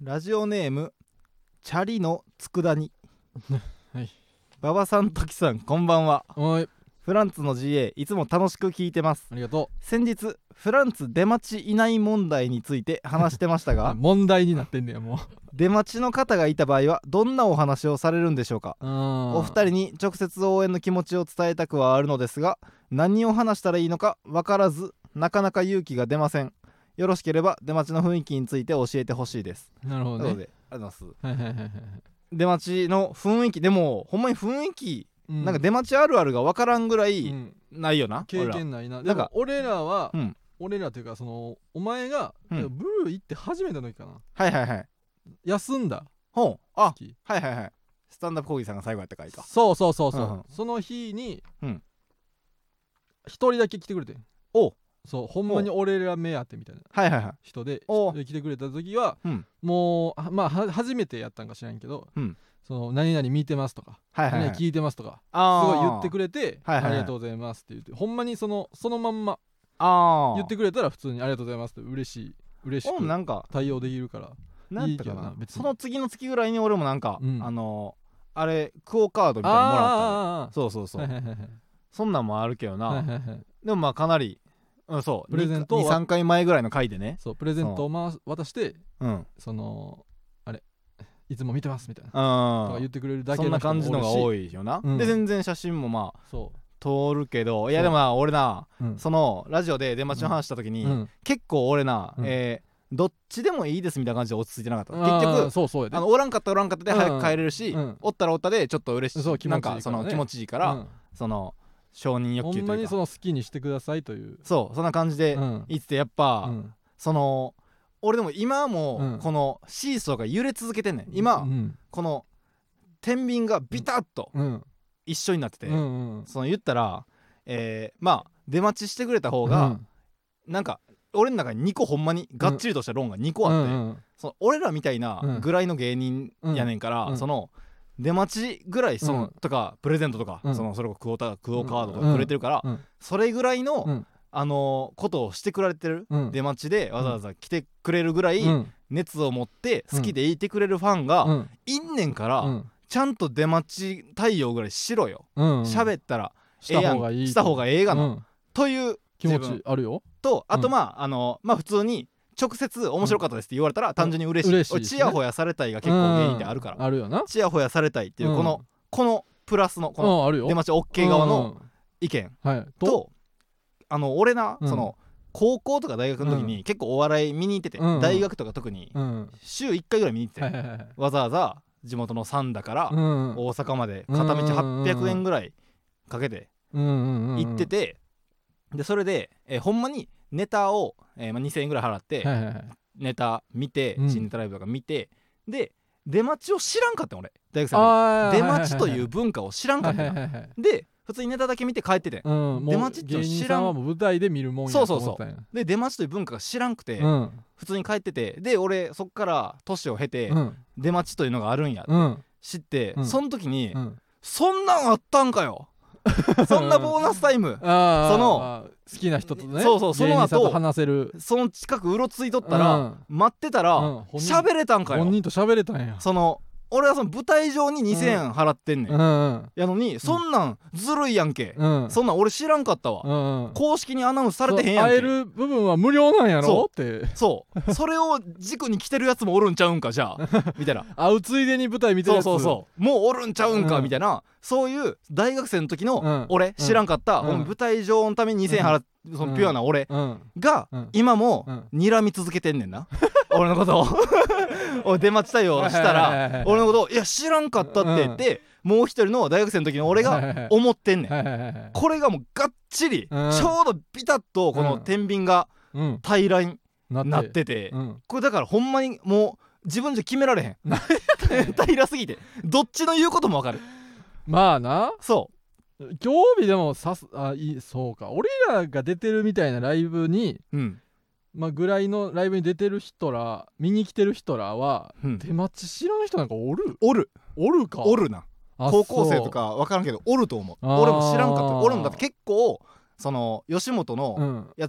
ラジオネームチャリの佃煮はい。 馬場さんときさんこんばんは。 おい、 フランツの GA いつも楽しく聞いてます。 ありがと先日フランツ出待ちいない問題について話してましたう。 が問題になってんねやもう。 出待ちの方がいた場合はどんなお話をされるんでしょうか。おお二人に直接応援の気持ちを伝えたくはあるのですが何を話したらいいのか分からずなかなか勇気が出ません。よろしければ出待ちの雰囲気について教えてほしいです。 なるほどね。 なのでありがとうございます。 はいはいはいはい。 出待ちの雰囲気でもほんまに雰囲気、 うんなんか出待ちあるあるが分からんぐらういんないよな、 経験ないな。 なんかでも俺らは、 うん俺らというかそのお前が、 うんブルー行って初めての時かな。 はいはいはい休んだほうあ時。 はいはいはいスタンダップコーギーさんが最後やった回か。 そうそうそうそう。 うんうんその日にうん一人だけ来てくれてん。 おそうほんまに俺ら目当てみたいなはいはいはい人でお一人で来てくれた時はうんもうまあ初めてやったんか知らんけど、 うんその何々見てますとか、 はいはいはい何々聞いてますとかすあーごい言ってくれて、 はいはいはいありがとうございますって言ってほんまにそのまんまあ言ってくれたら普通にありがとうございますって嬉しくなんか対応できるからなんやったかいいけどなな別にその次の月ぐらいに俺もなんか、 うんあれクオカードみたいなのもらったあんでそうそうそう、 はいはいはいはいそんなんもあるけどな、 はいはいはいでもまあかなり、そうプレゼントを 23回前ぐらいの回でねそうプレゼントを渡してうんそのあれいつも見てますみたいなとか言うんってくれるだけそんな感じのが多いいよな、 うんで全然写真もまあそ通るけどいやそうでもな俺なう、うんそのラジオで出待ちの話した時に、 うん結構俺な、 うんどっちでもいいですみたいな感じで落ち着いてなかった。 あー結局そうやでおらんかったらおらんかったで早く帰れるし、 うんおったらおったでちょっと嬉しい、 そう気持ちいいからねなんかその気持ちいいから、 うんその承認欲ほんまに求というかその好きにしてくださいというそうそんな感じでうん言っててやっぱ、 うんその俺でも今も、 うんこのシーソーが揺れ続けてんねん今、 うんこの天秤がビタッとうん一緒になってて、 うんうんその言ったら、まあ出待ちしてくれた方が、なんか俺の中に2個ほんまにがっちりとしたローンが2個あって、その俺らみたいなぐらいの芸人やねんから、 うんその出待ちぐらいその、 うんとかプレゼントとか、 うんそのそれこそクオカードとかくれてるから、 うんそれぐらいの、 うんことをしてくれてる、 うん出待ちでわざわざ来てくれるぐらいうん熱を持って好きでいてくれるファンがうんいんねんから、 うんちゃんと出待ち対応ぐらいしろよ。 うん喋ったらした方がいいした方がええがな、 うんという気持自分ちあるよとあとうんまあ、まあ普通に直接面白かったですって言われたら単純に嬉しい、 嬉しいしね俺チヤホヤされたいが結構原因ってあるから、 あるよなチヤホヤされたいっていうこの、プラスのこのあるよ出待ち OK 側の意見はいと、俺な、 うんその高校とか大学の時に結構お笑い見に行ってて、 うん大学とか特にうん週1回ぐらい見に行ってて、 はいはいはいわざわざ地元の三田からうん大阪まで片道800円ぐらいかけて行ってて、でそれで、ほんまにネタを、2000円ぐらい払って、 はいはいはいネタ見て、 うん新ネタライブとか見てで出待ちを知らんかったん俺大学生のあー時出待ちという文化を知らんかったんやはいはいはいはいで普通にネタだけ見て帰ってて、 うん出待ちってもう芸人さんはもう舞台で見るもんやそうそうそうと思ったんやで出待ちという文化が知らんくて、 うん普通に帰っててで俺そっから年を経て、 うん出待ちというのがあるんやうん知って、 うんその時に、 うんそんなんあったんかよそんなボーナスタイムあーそのあー好きな人とねそうそうその後芸人さんと話せるその近くうろついとったら、 うん待ってたらうん喋、れたんかよ本人と喋れたんやその俺はその舞台上に2000円払ってんねん、 うんやのにそんなんずるいやんけ、 うんそんなん俺知らんかったわ、 うん公式にアナウンスされてへんやんけ会える部分は無料なんやろそってそうそれを軸に来てるやつもおるんちゃうんかじゃあみたいな会うついでに舞台見てるやつそうそうそうもうおるんちゃうんか、 うんみたいなそういう大学生の時のうん俺、知らんかった、 うんほんま舞台上のために2000円払って、そのピュアな俺うんが、 うん今もうん睨み続けてんねんな俺のことを俺出待ち対応したはいはいはいはいら俺のことをいや知らんかったって言って、もう一人の大学生の時の俺がはいはいはい思ってんねん、 はいはいはいはいこれがもうがっちり、 うんちょうどビタッとこの天秤がうん平らにななってて、 うんこれだからほんまにもう自分じゃ決められへん平らすぎてどっちの言うこともわかるまあなそ興味でもそうか俺らが出てるみたいなライブにううんまあぐらいのライブに出てる人ら見に来てる人らはうん出待ち知らん人なんかおるおるかおるなあ高校生とそうか分からんけどおると思うあー俺も知らんかった俺もだって結構その吉本のうんやつ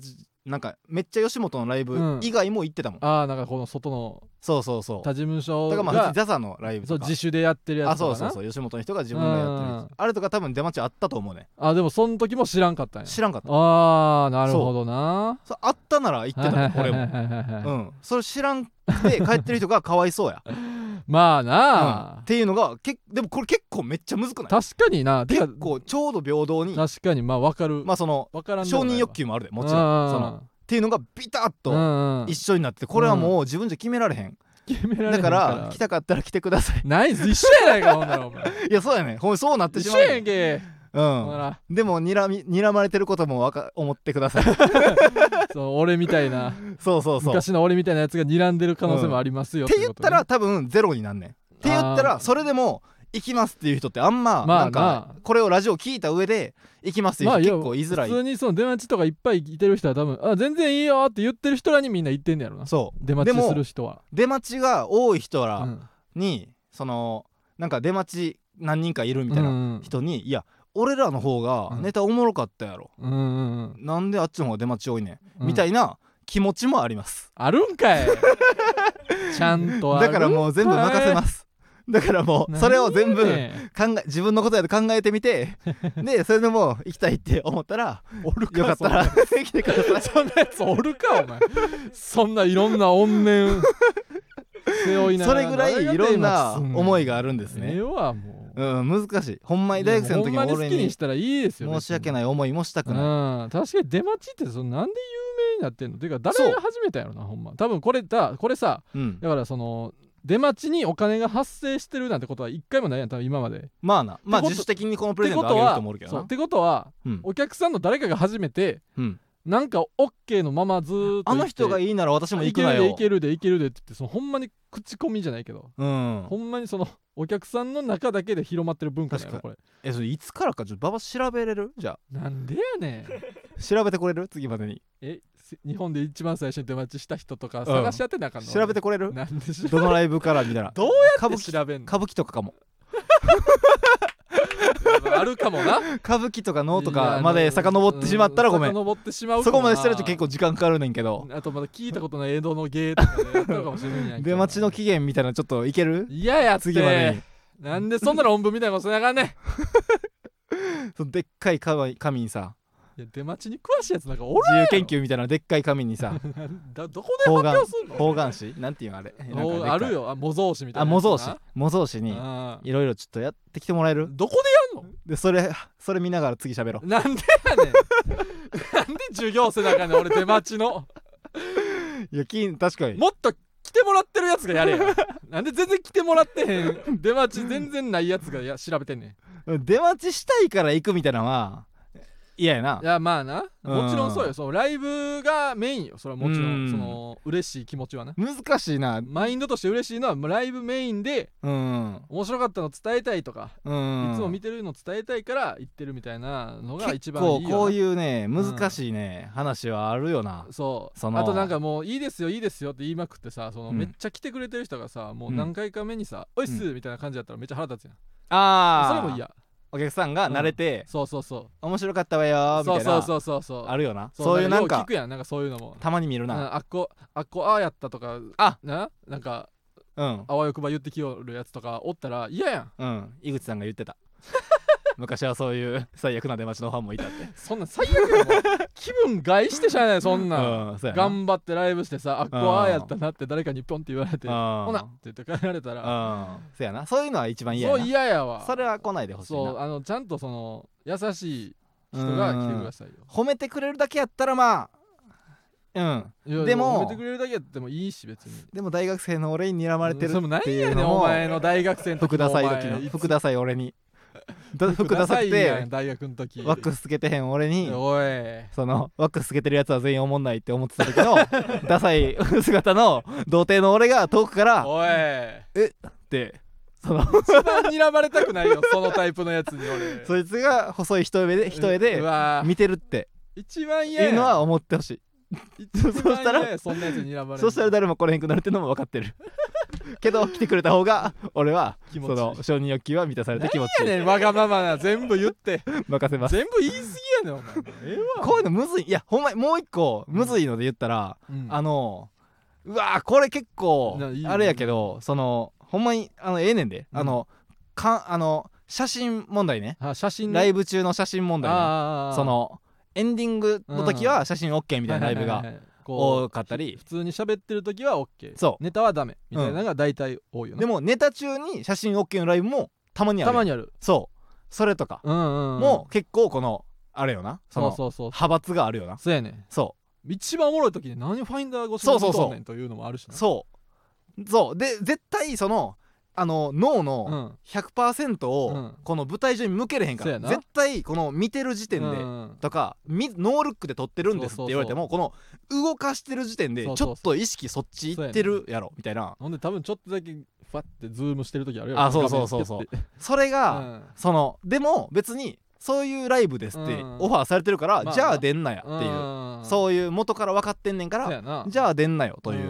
なんかめっちゃ吉本のライブ以外も行ってたもん、 ああなんかこの外のそうそうそう他事務所だからがザザのライブとかそう自主でやってるやつとかな。 そうそうそう吉本の人が自分でやってるやつあれとか多分出待ちあったと思うね。 でもその時も知らんかったんや。 知らんかった。 ああなるほどな。 そうあったなら行ってたもん俺もそれ知らんで帰ってる人がかわいそうやまあなっていうのがでもこれ結構めっちゃむずくない？ 確かにな。 結構ちょうど平等に確かにまあ分かる。 まあその承認欲求もあるでもちろんそのっていうのがビタッと一緒になってこれはもう自分じゃ決められへんだから来たかったら来てください。 ナイス一緒やないかほんならお前。 いやそうやねんそうなってしまう。 一緒やんけ。 でも睨まれてることも思ってくださいそう俺みたいなそう昔の俺みたいなやつが睨んでる可能性もありますよ、 って言ったら多分ゼロになんねんって言ったらそれでも行きますっていう人ってあんまなんかこれをラジオ聞いた上で行きますっていう人結構言いづらい。 普通にその出待ちとかいっぱいいてる人は多分全然いいよって言ってる人らにみんな言ってんねやろな。 そう出待ちする人は出待ちが多い人らに、そのなんか出待ち何人かいるみたいな人に、いや俺らの方がネタおもろかったやろ、なんであっちの方が出待ち多いねん、みたいな気持ちもあります。 あるんかいちゃんとある。 だからもう全部任せます。だからもうそれを全部自分のことやと考えてみてでそれでも行きたいって思ったらよかったら来てください。 そんなやつおるかお前そんないろんな怨念背負いながらそれぐらいいろんな思いがあるんですね。 もう難しい。ほんまに大学生の時も俺にほんまに好きにしたらいいですよ。 申し訳ない思いもしたくない。 確かに出待ちってなんで有名になってんのてか誰が始めたんやろなほんま。多分これさ、だからその出待ちにお金が発生してるなんてことは一回もないやん多分今まで。 まあ自主的にこのプレゼントあげると思うけどな。 ってことは、お客さんの誰かが始めて、なんか OK のままずーっとあの人がいいなら私も行くなよいけるでって言ってそのほんまに口コミじゃないけど、ほんまにそのお客さんの中だけで広まってる文化だよこれ。 それいつからかちょっとババ調べれる？じゃあなんでやねん調べてこれる？次までに日本で一番最初に出待ちした人とか探し合ってなあかんの？ 調べてこれる？ なんでどのライブからみたいな。 どうやって調べんの？ 歌舞伎とかかもあるかもな。 歌舞伎とか能とかまで遡ってしまったらごめん。 遡ってしまうそこまでしてると結構時間かかるねんけど。 あとまだ聞いたことない江戸の芸とかでやったのかもしれないんやんけど。 出待ちの期限みたいなちょっといける？ いややって次までに。 なんでそんな論文みたいなことせなあかんねんそのでっかい紙にさ、 いや出待ちに詳しいやつなんかおる自由研究みたいなでっかい紙にさどこで発表すんの？ 方眼紙なんていうのあれあるよ模造紙みたいな。 模造紙にいろいろちょっとやってきてもらえる？ どこでやんの？でそれ見ながら次喋ろう。 なんでやねんなんで授業せなあかんねん俺出待ちの。 いや確かにもっと来てもらってるやつがやれやなんで全然来てもらってへん出待ち全然ないやつが調べてんねん。出待ちしたいから行くみたいなのは嫌やな。 いやまあなもちろんそうよ。そうライブがメインよそれはもちろん。その嬉しい気持ちはね難しいな。 マインドとして嬉しいのはライブメインで面白かったの伝えたいとかいつも見てるの伝えたいから言ってるみたいなのが一番いいよな。 結構こういうね難しいね話はあるよな。 そうあとなんかもういいですよいいですよって言いまくってさそのめっちゃ来てくれてる人がさもう何回か目にさおいっすみたいな感じだったらめっちゃ腹立つやん。それも嫌。 お客さんが慣れて、 そう面白かったわよみたいなそうあるよな。そういうなんか聞くやんなんかそういうのもたまに見るな。 あっこああやったとかなんかあわよくば言ってきよるやつとかおったら嫌やん。 井口さんが言ってた昔はそういう最悪な出待ちのファンもいたって。 そんな最悪やも気分害してしゃあないそんな頑張ってライブしてさああやったなって誰かにポンって言われてほなって言って帰られたらそうやな。そういうのは一番嫌やな。 そう嫌やわ。 それは来ないでほしいな。 そうちゃんとその優しい人が来てくださいよ。 褒めてくれるだけやったらまあでも褒めてくれるだけやってもいいし別に。 でも大学生の俺に睨まれてるっていうのも何やねんお前の大学生の時服ダサい時の服ダサい俺に服ダサくて大学の時ワックスつけてへん俺においそのワックスつけてるやつは全員おもんないって思ってた時のダサい姿の童貞の俺が遠くからおいってその一番睨まれたくないよそのタイプのやつに俺そいつが細い人絵で見てるって一番嫌やいうのは思ってほしい。そしたらそんなやつに睨まれる。 そしたら誰も来れへんくなるっていうのも分かってるけど来てくれた方が俺はその承認欲求は満たされて気持ちいい。 何やねんわがままな全部言って任せます。 全部言い過ぎねんお前こういうのむずい。いやほんまもう一個むずいので言ったら、うわこれ結構あれやけど、そのほんまにええねんで、写真問題ね。 写真ね、 ライブ中の写真問題ね。そのエンディングの時は写真 OK みたいなライブが多かったり、 普通に喋ってる時は OK、 そうネタはダメみたいなのが大体多いよね、 でもネタ中に写真 OK のライブもたまにある。 たまにある。 そうそれとかもう結構このあれよな、その派閥があるよな。 そうやね。 そう一番おもろい時に何ファインダー越しに見とんねんというのもあるしな。 そうで絶対その脳の 100% をこの舞台上に向けれへんから、絶対この見てる時点でとかノールックで撮ってるんですって言われても、この動かしてる時点でちょっと意識そっちいってるやろみたいな。 ほんで多分ちょっとだけファってズームしてる時あるよ。 そうそれがそのでも別にそういうライブですってオファーされてるから、じゃあ出んなやっていう、そういう元から分かってんねんから、じゃあ出んなよという。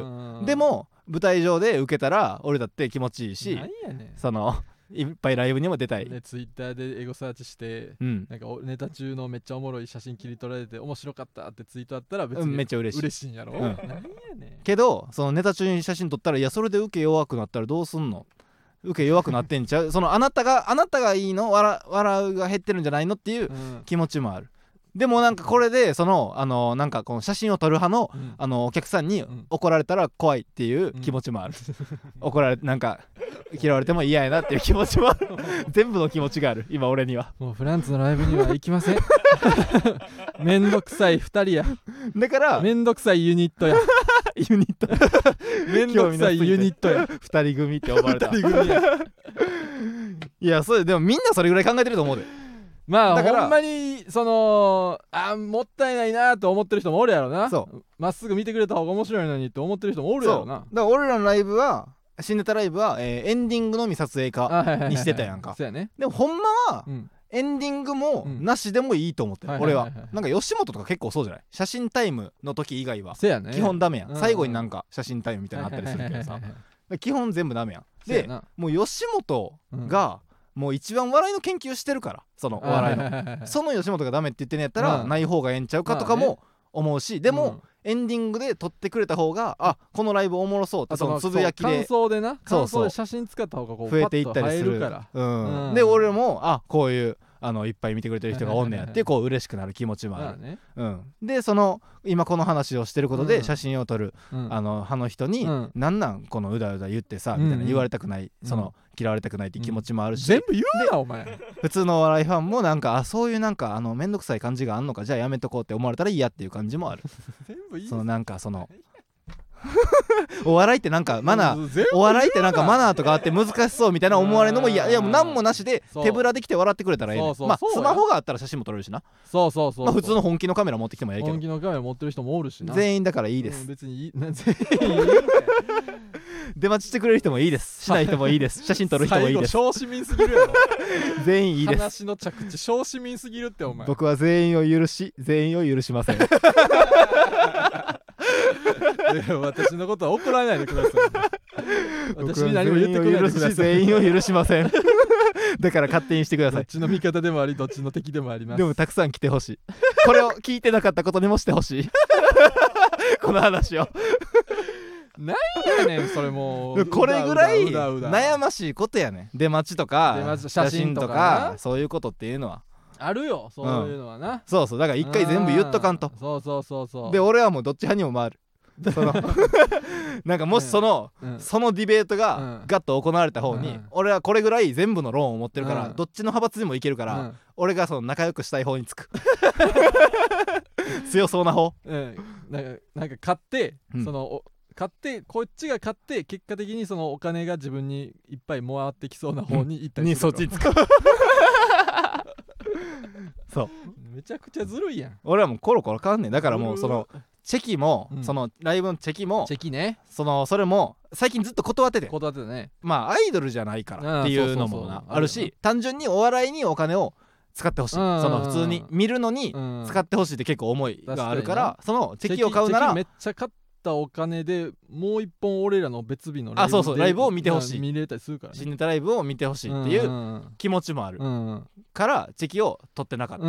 でも舞台上で受けたら俺だって気持ちいいし、そのいっぱいライブにも出たい。 ツイッターでエゴサーチして、なんかネタ中のめっちゃおもろい写真切り取られて面白かったってツイートあったら別に、 めっちゃ嬉しいんやろ。なんやねん。けどそのネタ中に写真撮ったら、いやそれで受け弱くなったらどうすんの、受け弱くなってんちゃうそのあなたがいいの、笑うが減ってるんじゃないのっていう気持ちもある。でもなんかこれでそのなんかこの写真を撮る派の、お客さんに怒られたら怖いっていう気持ちもある、怒られなんか嫌われても嫌やなっていう気持ちもある全部の気持ちがある今俺には。 もうフランツのライブには行きませんめんどくさい2人や。だからめんどくさいユニットやユニットめんどくさいユニットや 2人組って呼ばれた2人組やいやそれでもみんなそれぐらい考えてると思うで。 まあほんまにそのもったいないなと思ってる人もおるやろな。まっすぐ見てくれた方が面白いのにって思ってる人もおるやろな。 だから俺らのライブは新ネタライブは、エンディングのみ撮影化にしてたやんか。でもほんまは、エンディングもなしでもいいと思ってる、俺は。なんか吉本とか結構そうじゃない、写真タイムの時以外は基本ダメやん。最後になんか写真タイムみたいなのあったりするけどさ、基本全部ダメやん。でもう吉本がもう一番笑いの研究してるから、そのお笑いのその吉本がダメって言ってんやったらない方がええんちゃうかとかも思うし、でもエンディングで撮ってくれた方がこのライブおもろそうってそのつぶやきで感想で写真使った方がこう増えていったりするから、で俺もこういういっぱい見てくれてる人がおんねやってこう嬉しくなる気持ちもある。でその今この話をしてることで写真を撮る派の人になんなんこのうだうだ言ってさみたいな言われたくない、その嫌われたくないっていう気持ちもあるし、 全部言うなお前。 普通のお笑いファンもなんかそういうなんかめんどくさい感じがあんのか、じゃあやめとこうって思われたら嫌っていう感じもある全部いい。 そのなんかそのお笑いってなんかマナー、お笑いってなんかマナーとかあって難しそうみたいな思われるのも嫌。いやもう何もなしで手ぶらできて笑ってくれたらええねん。まあスマホがあったら写真も撮れるしな。 普通の本気のカメラ持ってきてもええけど、 本気のカメラ持ってる人もおるしな。 全員だからいいです。 別に全員いい出待ちしてくれる人もいいです、しない人もいいです、写真撮る人もいいです。 小市民すぎるやろ全員いいです。 話の着地小市民すぎるってお前。 僕は全員を許し全員を許しません私のことは怒らないでください私に何も言ってくれないでください。 全員を許しませんだから勝手にしてください。 どっちの味方でもありどっちの敵でもあります。 でもたくさん来てほしいこれを聞いてなかったことにもしてほしいこの話をなんやねんそれもうこれぐらい悩ましいことやねん。出待ちとか写真とかそういうことっていうのはあるよ、そういうのはな。 そうだから一回全部言っとかんと。 そうで俺はもうどっち派にも回るそのなんかもしそのディベートがガッと行われた方に俺はこれぐらい全部の論を持ってるからどっちの派閥にもいけるから俺がその仲良くしたい方につく強そうな方。 なんか買ってその買ってこっちが買って結果的にそのお金が自分にいっぱい回ってきそうな方に行ったりするそっちにつくそうめちゃくちゃずるいやん。 俺はもうコロコロ変わんねん。だからもうそのチェキもそのライブのチェキもチェキね、 それも最近ずっと断っててね。 まあアイドルじゃないからっていうのもあるし、単純にお笑いにお金を使ってほしい、その普通に見るのに使ってほしいって結構思いがあるから、そのチェキを買うならめっちゃ買ったお金でもう一本俺らの別日のライブでライブを見てほしい、 見れたりするからね。 新ネタライブを見てほしいっていう気持ちもあるからチェキを取ってなかったっ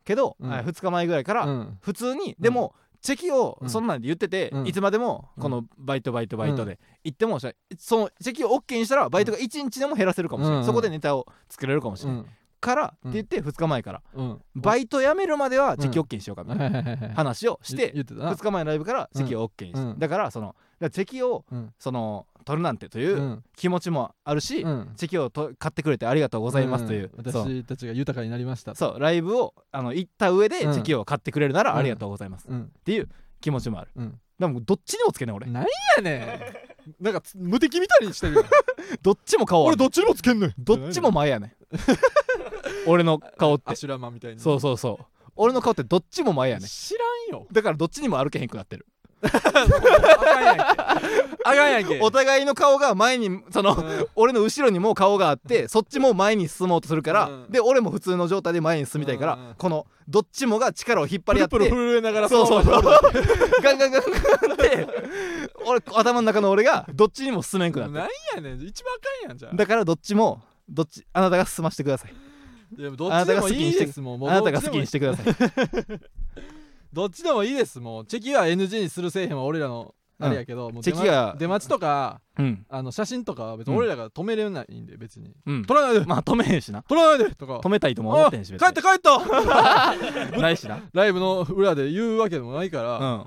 けど、2日前ぐらいから普通に、でもチェキをそんなんで言ってて、いつまでもこのバイトで行っても、そのチェキを OK にしたらバイトが1日でも減らせるかもしれない、そこでネタを作れるかもしれない、からって言って2日前から、バイト辞めるまではチェキ OK にしようかみたいな話をして、2日前のライブからチェキを OK にして、だからチェキを取るなんてという気持ちもあるし、チェキを買ってくれてありがとうございますという、 私たちが豊かになりました、 そうライブを行った上でチェキを買ってくれるならありがとうございますっていう気持ちもある。でもどっちにもつけねん俺。 なんやねんなんか無敵みたいにしてるよどっちも顔ある。 俺どっちにもつけんのよ。 どっちも前やねん俺の顔ってアシュラマンみたいに。 そう俺の顔ってどっちも前やねん。 知らんよ。 だからどっちにも歩けへんくなってるあかんやんけお互いの顔が前に俺の後ろにも顔があってそっちも前に進もうとするから、で俺も普通の状態で前に進みたいから、このどっちもが力を引っ張り合ってプルプル震えながらそうガンガンって俺頭の中の俺がどっちにも進めんくなって。 なんやねん一番あかんやんじゃん。 だからどっちあなたが進ましてください。 でもどっちでもいいですもん。 あなたが好きにしてくださいどっちでもいいです。もうチェキは NG にするせえへんは俺らのあれやけど、もうチェキが出待ちとか、写真とかは別に俺らが止めれないんで別に、撮らないで、 まあ止めへんしな、 撮らないでとか止めたいとも思ってへんし、 帰ったないしな、 ライブの裏で言うわけでもないから、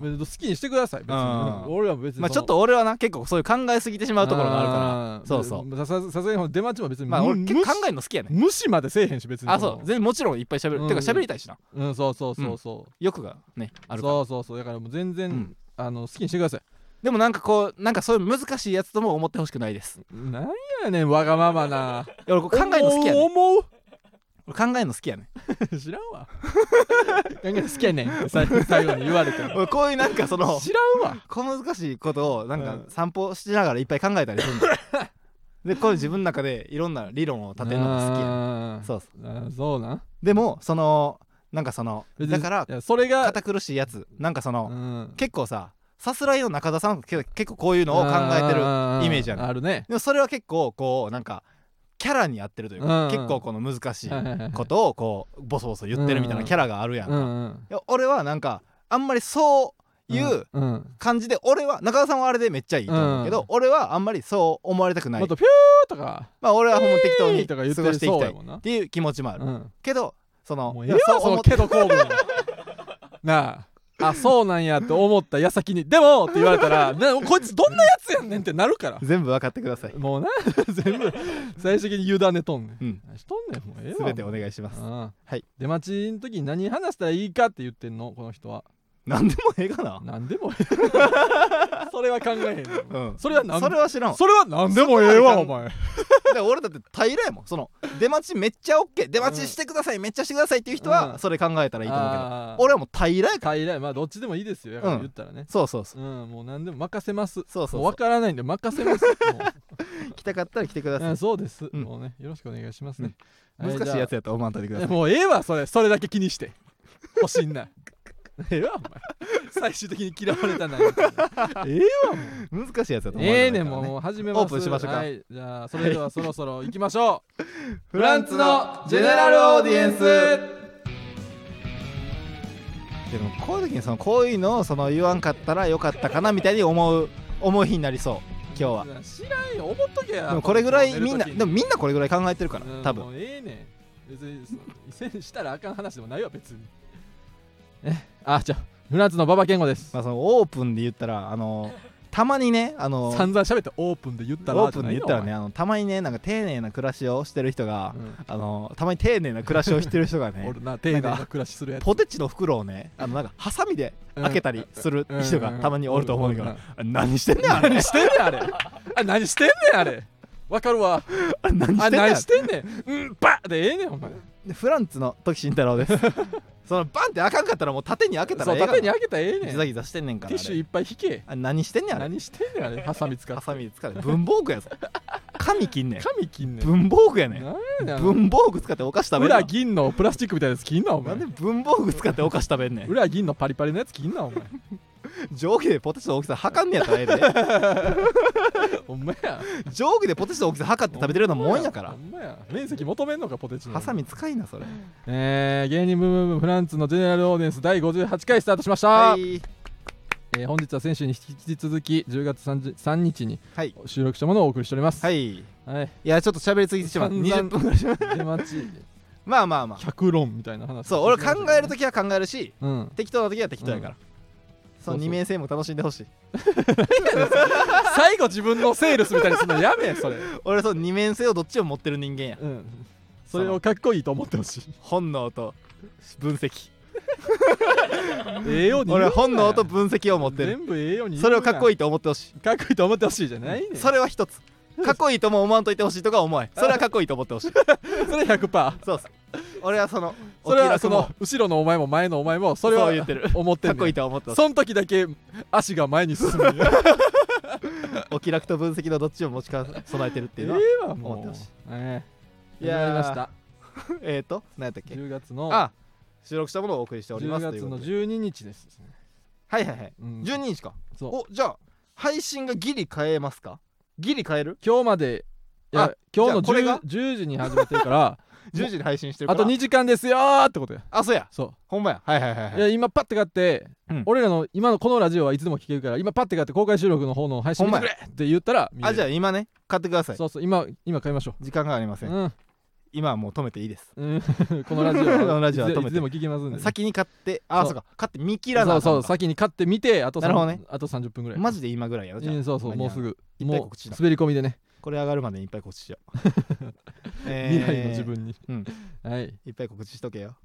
好きにしてください別に、俺らも別にちょっと俺はな結構そういう考えすぎてしまうところがあるから、そうさすがに出待ちも別に俺結構考えるの好きやね。 無視までせえへんし別に。 そう全然もちろんいっぱい喋る、てか喋りたいしな。 そう欲がねあるから。 そうだからもう全然好きにしてください。 でもなんかそういう難しいやつとも思ってほしくないです。 なんやねんわがままな。 俺考えるの好きやねん。 俺考えるの好きやねん知らんわ考えるの好きやねん最後に言われて俺こういうなんか知らんわ小難しいことをなんか散歩しながらいっぱい考えたりするんだでこういう自分の中でいろんな理論を立てるのが好きやねん。 そうなん。 でもなんかだからそれが堅苦しいやつなんか結構さすらいの中田さん結構こういうのを考えてるイメージあるね。でもそれは結構こうなんかキャラに合ってるというか、結構この難しいことをこうボソボソ言ってるみたいなキャラがあるやんか。俺はなんかあんまりそういう感じで、俺は中田さんはあれでめっちゃいいと思うけど、俺はあんまりそう思われたくない。 もっとピューとか俺はほんま適当に過ごしていきたいっていう気持ちもあるけど、 もうええわそのけど公文なあそうなんやって思った矢先にでもって言われたらこいつどんなやつやねんってなるから。 全部分かってください。 もうな全部最終的に委ねとんねん。しとんねんもうええわ。 全てお願いします。はい。 出待ちの時に何話したらいいかって言ってんのこの人は。 何でもええかな。 何でもええそれは考えへん。それは知らん。 それは何でもええわお前。 俺だって平らやもん。出待ちめっちゃ OK 出待ちしてくださいめっちゃしてくださいっていう人はそれ考えたらいいと思うけど、俺はもう平らやから。 平らまあどっちでもいいですよ言ったらね。 そうもう何でも任せます。 もう分からないんで任せます。 来たかったら来てください。 そうです。もうねよろしくお願いしますね。 難しいやつやと思わんといてください。 もうええわそれだけ気にして欲しいんな。ええわお前最終的に嫌われたな。ええわもう難しいやつだと思う。 ええねもう始めます。 オープンしましょうか。 じゃあそれではそろそろ行きましょう。 フランツのジェネラルオーディエンス。でもこういう時にこういうのを言わんかったらよかったかなみたいに思う日になりそう今日は。 知らんよ思っとけや。 でもこれぐらいみんなこれぐらい考えてるから多分。 もうええねん別にしたらあかん話でもないわ別に。じゃあフランツの馬場健吾です。 オープンで言ったらたまにね散々喋ってオープンで言ったらねたまにねなんか丁寧な暮らしをしてる人が、たまに丁寧な暮らしをしてる人がね俺な丁寧な暮らしするやつポテチの袋をねなんかハサミで開けたりする人がたまにおると思うんだけど、何してんねんあれ。 何してんねんあれ何してんねんあれわかるわ。何してんねんバッでええねんお前。 フランツの時慎太郎です。バンって開かんかったらもう縦に開けたらええ。 縦に開けたらええねん。 ギザギザしてんねんから。 ティッシュいっぱい引け。 何してんねんあれ。 何してんねんあれ。ハサミ使って文房具やぞ。紙切んねん。文房具やねん。文房具使ってお菓子食べんの。 裏銀のプラスチックみたいなやつ切んなお前。 なんで文房具使ってお菓子食べんねん。 裏銀のパリパリのやつ切んなお前。 定規でポテチの大きさ測んねやったらええでほんまや定規でポテチの大きさ測って食べてるようなもんやから。 ほんまや面積求めんのかポテチの。 ハサミ使いなそれ。 芸人ブームブームフランツのジェネラルオーディエンス第58回スタートしました、 はい。 本日は先週に引き続き10月3日にはい収録したものをお送りしております。 はい。 はい、 いやちょっと喋りすぎてしまう。20分ぐらい出待ちまあまあまあ 100論みたいな話。 そう、俺考えるときは考えるし、 うん、 適当なときは適当やから、その二面性も楽しんでほしい。 最後自分のセールスみたいにするのやめそれ。 俺その二面性をどっちも持ってる人間や、 うん、それをかっこいいと思ってほしい。 本能と分析ように俺本能と分析を持ってる。 全部ようにそれをかっこいいいと思ってほしい。 かっこいいと思ってほしいじゃないねん。 それは一つ。かっこいいとも思わんといてほしいとか思え。それはかっこいいと思ってほしい。 それ 100%。 そうそう。俺はそのそれはその後ろのお前も前のお前もそれは言ってる。 思ってんねん。 かっこいいと思ってほしい。 その時だけ足が前に進む。 お気楽と分析のどっちを持ちか備えてるっていうのは思ってほしい。 やりました。 何やったっけ。 10月の収録したものをお送りしております。 10月の12日です。 はいはいはい、12日か。お、じゃあ配信がギリ変えますか。ギリ変える。 今日まで、いや今日の10時に始まってるから 10時に配信してるからあと2時間ですよーってことや。 あ、そうや。 そう、 ほんまや。はいはいはいはい。 いや今パッて買って、俺らの今のこのラジオはいつでも聞けるから、今パッて買って公開収録の方の配信見てくれって言ったら、 じゃあ今ね買ってください。 そうそう、今買いましょう。 時間がありません。今はもう止めていいです。 このラジオは止めていつでも聞けますんで。 先に買って、そうか、買って見切らな。 そう先に買ってみて、あと 30 分ぐらい。 マジで今ぐらいやろ。じゃあそうもうすぐいっぱい告知だ。 滑り込みでね、 これ上がるまでにいっぱい告知しよう。 未来の自分にはい、 いっぱい告知しとけよ。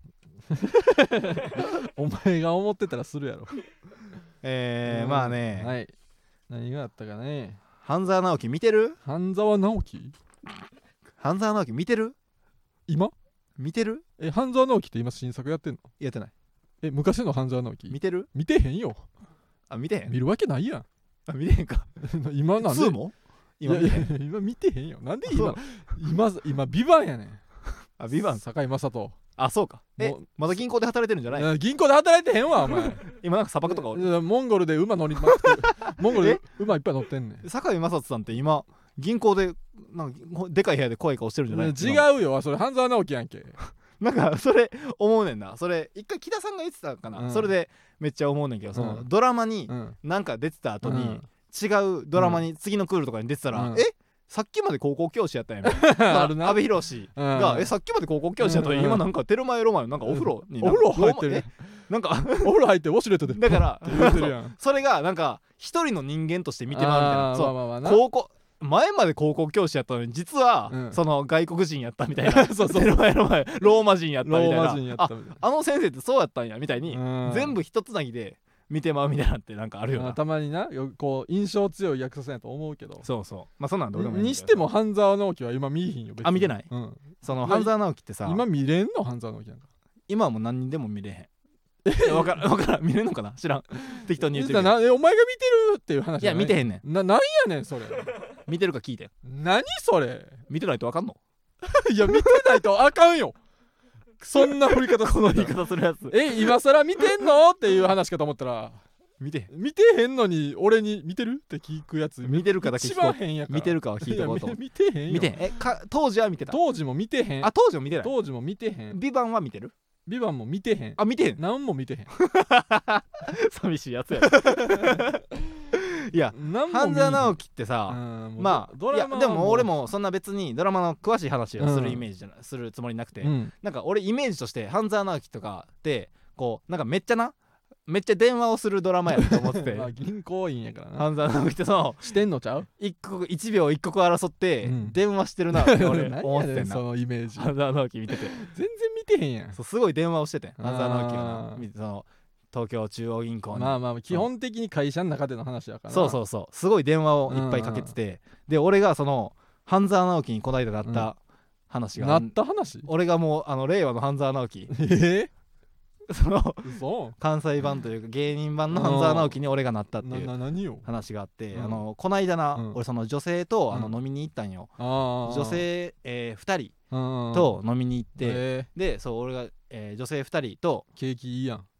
お前が思ってたらするやろ。 まあね、 はい、何があったかね。 半沢直樹見てる？ 半沢直樹見てる？ 今見てる？ 半沢直樹って今新作やってんの？ やってない。 昔の半沢直樹見てる？ 見てへんよ。 見てへん？ 見るわけないやん。 見てへんか。 今なんで 2も？今見てへんよ。なんで今ビバンやねん。 ビバン堺雅人。 そうか。まだ銀行で働いてるんじゃない？ 銀行で働いてへんわお前。 今なんか砂漠とかモンゴルで馬乗りまくってる。モンゴルで馬いっぱい乗ってんねん。 堺雅人さんって今銀行でなんかでかい部屋で声かしてるんじゃない？ 違うよ、それ半沢直樹やんけ。 なんかそれ思うねんな。それ一回木田さんが言ってたかな、それでめっちゃ思うねんけど、そのドラマになんか出てた後に違うドラマに次のクールとかに出てたら、さっきまで高校教師やったんやみたいな。阿部寛がさっきまで高校教師やったのに今なんかテルマエロマエのなんかお風呂に入ってる。 なんかお風呂入ってウォシュレットでだからそれがなんか一人の人間として見てまうみたいな。そう前まで高校教師やったのに実はその外国人やったみたいな。テルマエロマエローマ人やったみたいな。あの先生ってそうやったんやみたいに全部一つなぎで見てまうみたいなってなんかあるよな。 たまにな、こう印象強い役者さんやと思うけど。 そうまあそんなんどうでもいいにしても半沢直樹は今見えへんよ。 見てない。その半沢直樹ってさ今見れんの？半沢直樹なんか今はもう何人でも見れへん。分からん見れんのかな、知らん。適当に言ってるけど。 お前が見てるっていう話。 いや見てへんねん。 なんやねんそれ。 見てるか聞いて。 何それ。 見てないと分かんの？ いや見てないとあかんよ。そんな振り方この言い方するやつ。 今更見てんのっていう話かと思ったら、 見てへんのに俺に見てるって聞くやつ。 見てるかだけ聞こう。 一番変やから。 見てるかは聞いてこうと思う。 見てへんよ。 当時は見てた。 当時も見てへん。 当時も見てない。 当時も見てへん。 ビバンは見てる？ ビバンも見てへん。 見てへん。 何も見てへん。 寂しいやつや。いや半沢直樹ってさ、まあいやでも俺もそんな別にドラマの詳しい話をするイメージじゃない、するつもりなくて、なんか俺イメージとして半沢直樹とかってこうなんかめっちゃ電話をするドラマやと思ってて。 銀行員やからな。 半沢直樹ってそのしてんのちゃう ？1秒一刻争って電話してるなって俺思ってんな。 そのイメージ。 半沢直樹見てて全然見てへんやん。 すごい電話をしてて、半沢直樹が見て、その東京中央銀行にまあ基本的に会社の中での話やからそうすごい電話をいっぱいかけてて、で俺がその半沢直樹にこないだなった話が俺がもう令和の半沢直樹その関西版というか芸人版の半沢直樹に俺がなったっていう話があって、こないだな俺その女性と飲みに行ったんよ。女性2人と飲みに行って、でそう俺が女性2人と景気いいやん。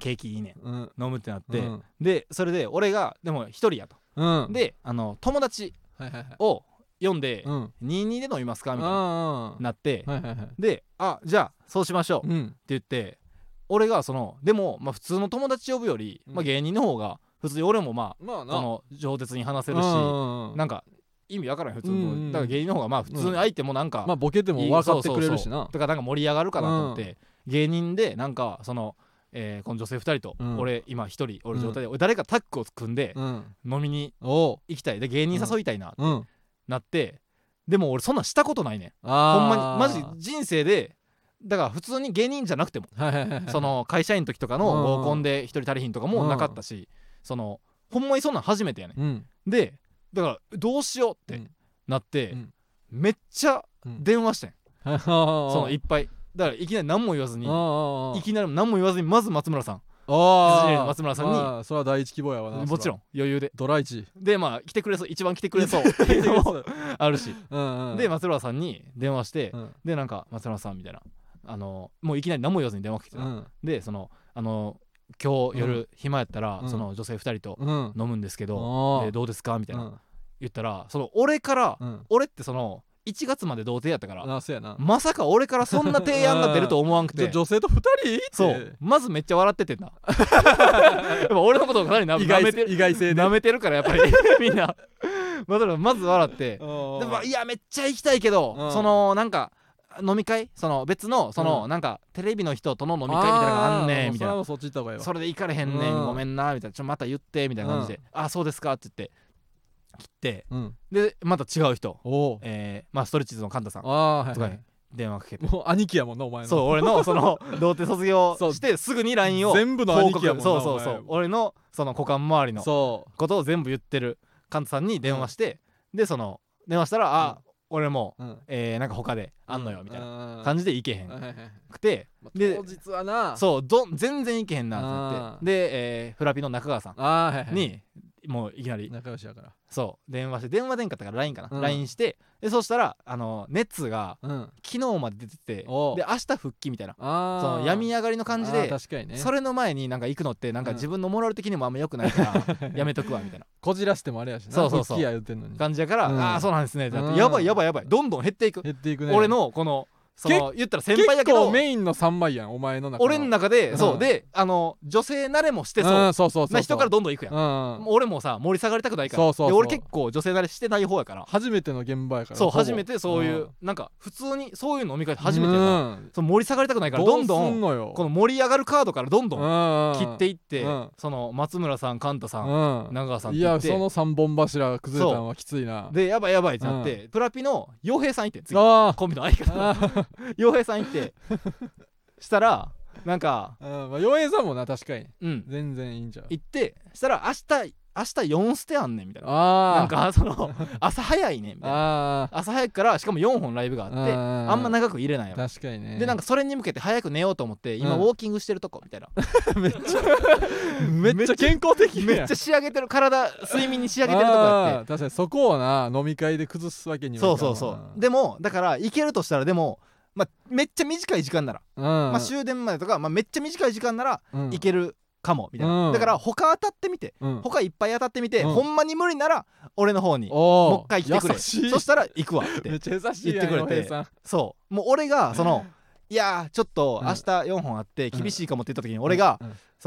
景気いいねん、 うん、 飲むってなって、 うん、 でそれで俺がでも一人やと、 うん、 で友達を呼んで、 うん、 22で飲みますかみたいななって、 はいはいはい、 でじゃあそうしましょう、 うん、 って言って俺がでも、まあ、普通の友達呼ぶより、まあ、芸人の方が普通に俺もまあ、 まあな、 この上手に話せるし、なんか意味わからん普通の、だから芸人の方がまあ普通に相手もなんか、 まあボケても分かってくれるしな、 とかなんか盛り上がるかなと思って、芸人でなんかこの女性2人と、俺今1人おる状態で、俺誰かタッグを組んで、飲みに行きたいで芸人誘いたいなってなって、でも俺そんなんしたことないねん、ほんまにマジ人生で。だから普通に芸人じゃなくてもその会社員の時とかの合コンで一人足りひんとかもなかったし、ほんまにそんなん初めてやねん、でだからどうしようってなって、めっちゃ電話してん、いっぱいだからいきなり何も言わずにまず松村さん松村さんにそれは第一希望やわな、 もちろん余裕でドラ1 でまあ来てくれそう一番来てくれそうっていうのもあるしで松村さんに電話して、でなんか松村さんみたいなもういきなり何も言わずに電話かけてた、で今日夜暇やったら、その女性2人と飲むんですけど、どうですかみたいな、言ったら俺から、俺って1月まで童貞やったからそうやな、 まさか俺からそんな提案が出ると思わんくて女性と2人そうまずめっちゃ笑っててんなやっぱ俺のことをかなりなめてるからやっぱりみんなまず笑ってでもいやめっちゃ行きたいけど、なんか飲み会別のなんかテレビの人との飲み会みたいなのがあんねんみたいな、それで行かれへんねんごめんなみたいな、また言ってみたいな感じで、あそうですかって言って切って、でまた違う人まあストレッチーズのカンタさんとかに電話かけて、 もう兄貴やもんなお前の、 そう俺の童貞卒業してすぐに LINE を全部の兄貴やもんな、 そう俺の股間周りのことを全部言ってるカンタさんに電話して、で電話したら俺もなんか他であんのよみたいな感じで行けへんくて、で当日はな全然行けへんなってなって、でフラピの中川さんにもういきなり仲良しやからそう電話して電話でんかったから LINE かな、LINE してでそうしたら熱が昨日まで出てて、で明日復帰みたいな病み上がりの感じで、それの前になんか行くのってなんか自分のモラル的にもあんま良くないからやめとくわみたいなこじらしてもあれやしな、 そう復帰や言ってんのに感じやから、そうなんですねってなって、やばいどんどん減っていくね、 俺のこの言ったら先輩やけど結構メインの3枚やんお前の中の俺の中で、そうで女性慣れもしてそうな人からどんどん行くやん、俺もさ盛り下がりたくないから、で俺結構女性慣れしてない方やから、 初めての現場やから、 そう初めてそういうなんか普通にそういう飲み会初めてやから盛り下がりたくないから、どんどんこの盛り上がるカードからどんどん切っていって、松村さんカンタさん長川さんって言って、 いやその3本柱崩れたのはきついな、 でやばいってなって、プラピの洋平さん行って次コンビの相方洋平さん行ってしたらなんか洋平さんもな確かに全然いいんちゃう、 行ってしたら明日4ステあんねんみたいな、なんか朝早いねみたいな、朝早くからしかも4本ライブがあってあんま長く入れないよ、 確かにね、 でなんかそれに向けて早く寝ようと思って今ウォーキングしてるとこみたいなめっちゃ健康的めっちゃ仕上げてる体睡眠に仕上げてるとこやって、 確かにそこをな飲み会で崩すわけにはいかん、 そうでもだから行けるとしたらでもめっちゃ短い時間なら終電までとかめっちゃ短い時間なら行けるかもみたいな、だから他当たってみて、他いっぱい当たってみて、ほんまに無理なら俺の方にもう一回来てくれ、そしたら行くわってめっちゃ優しい言ってくれて、そうもう俺がいやちょっと明日4本あって厳しいかもって言った時に俺が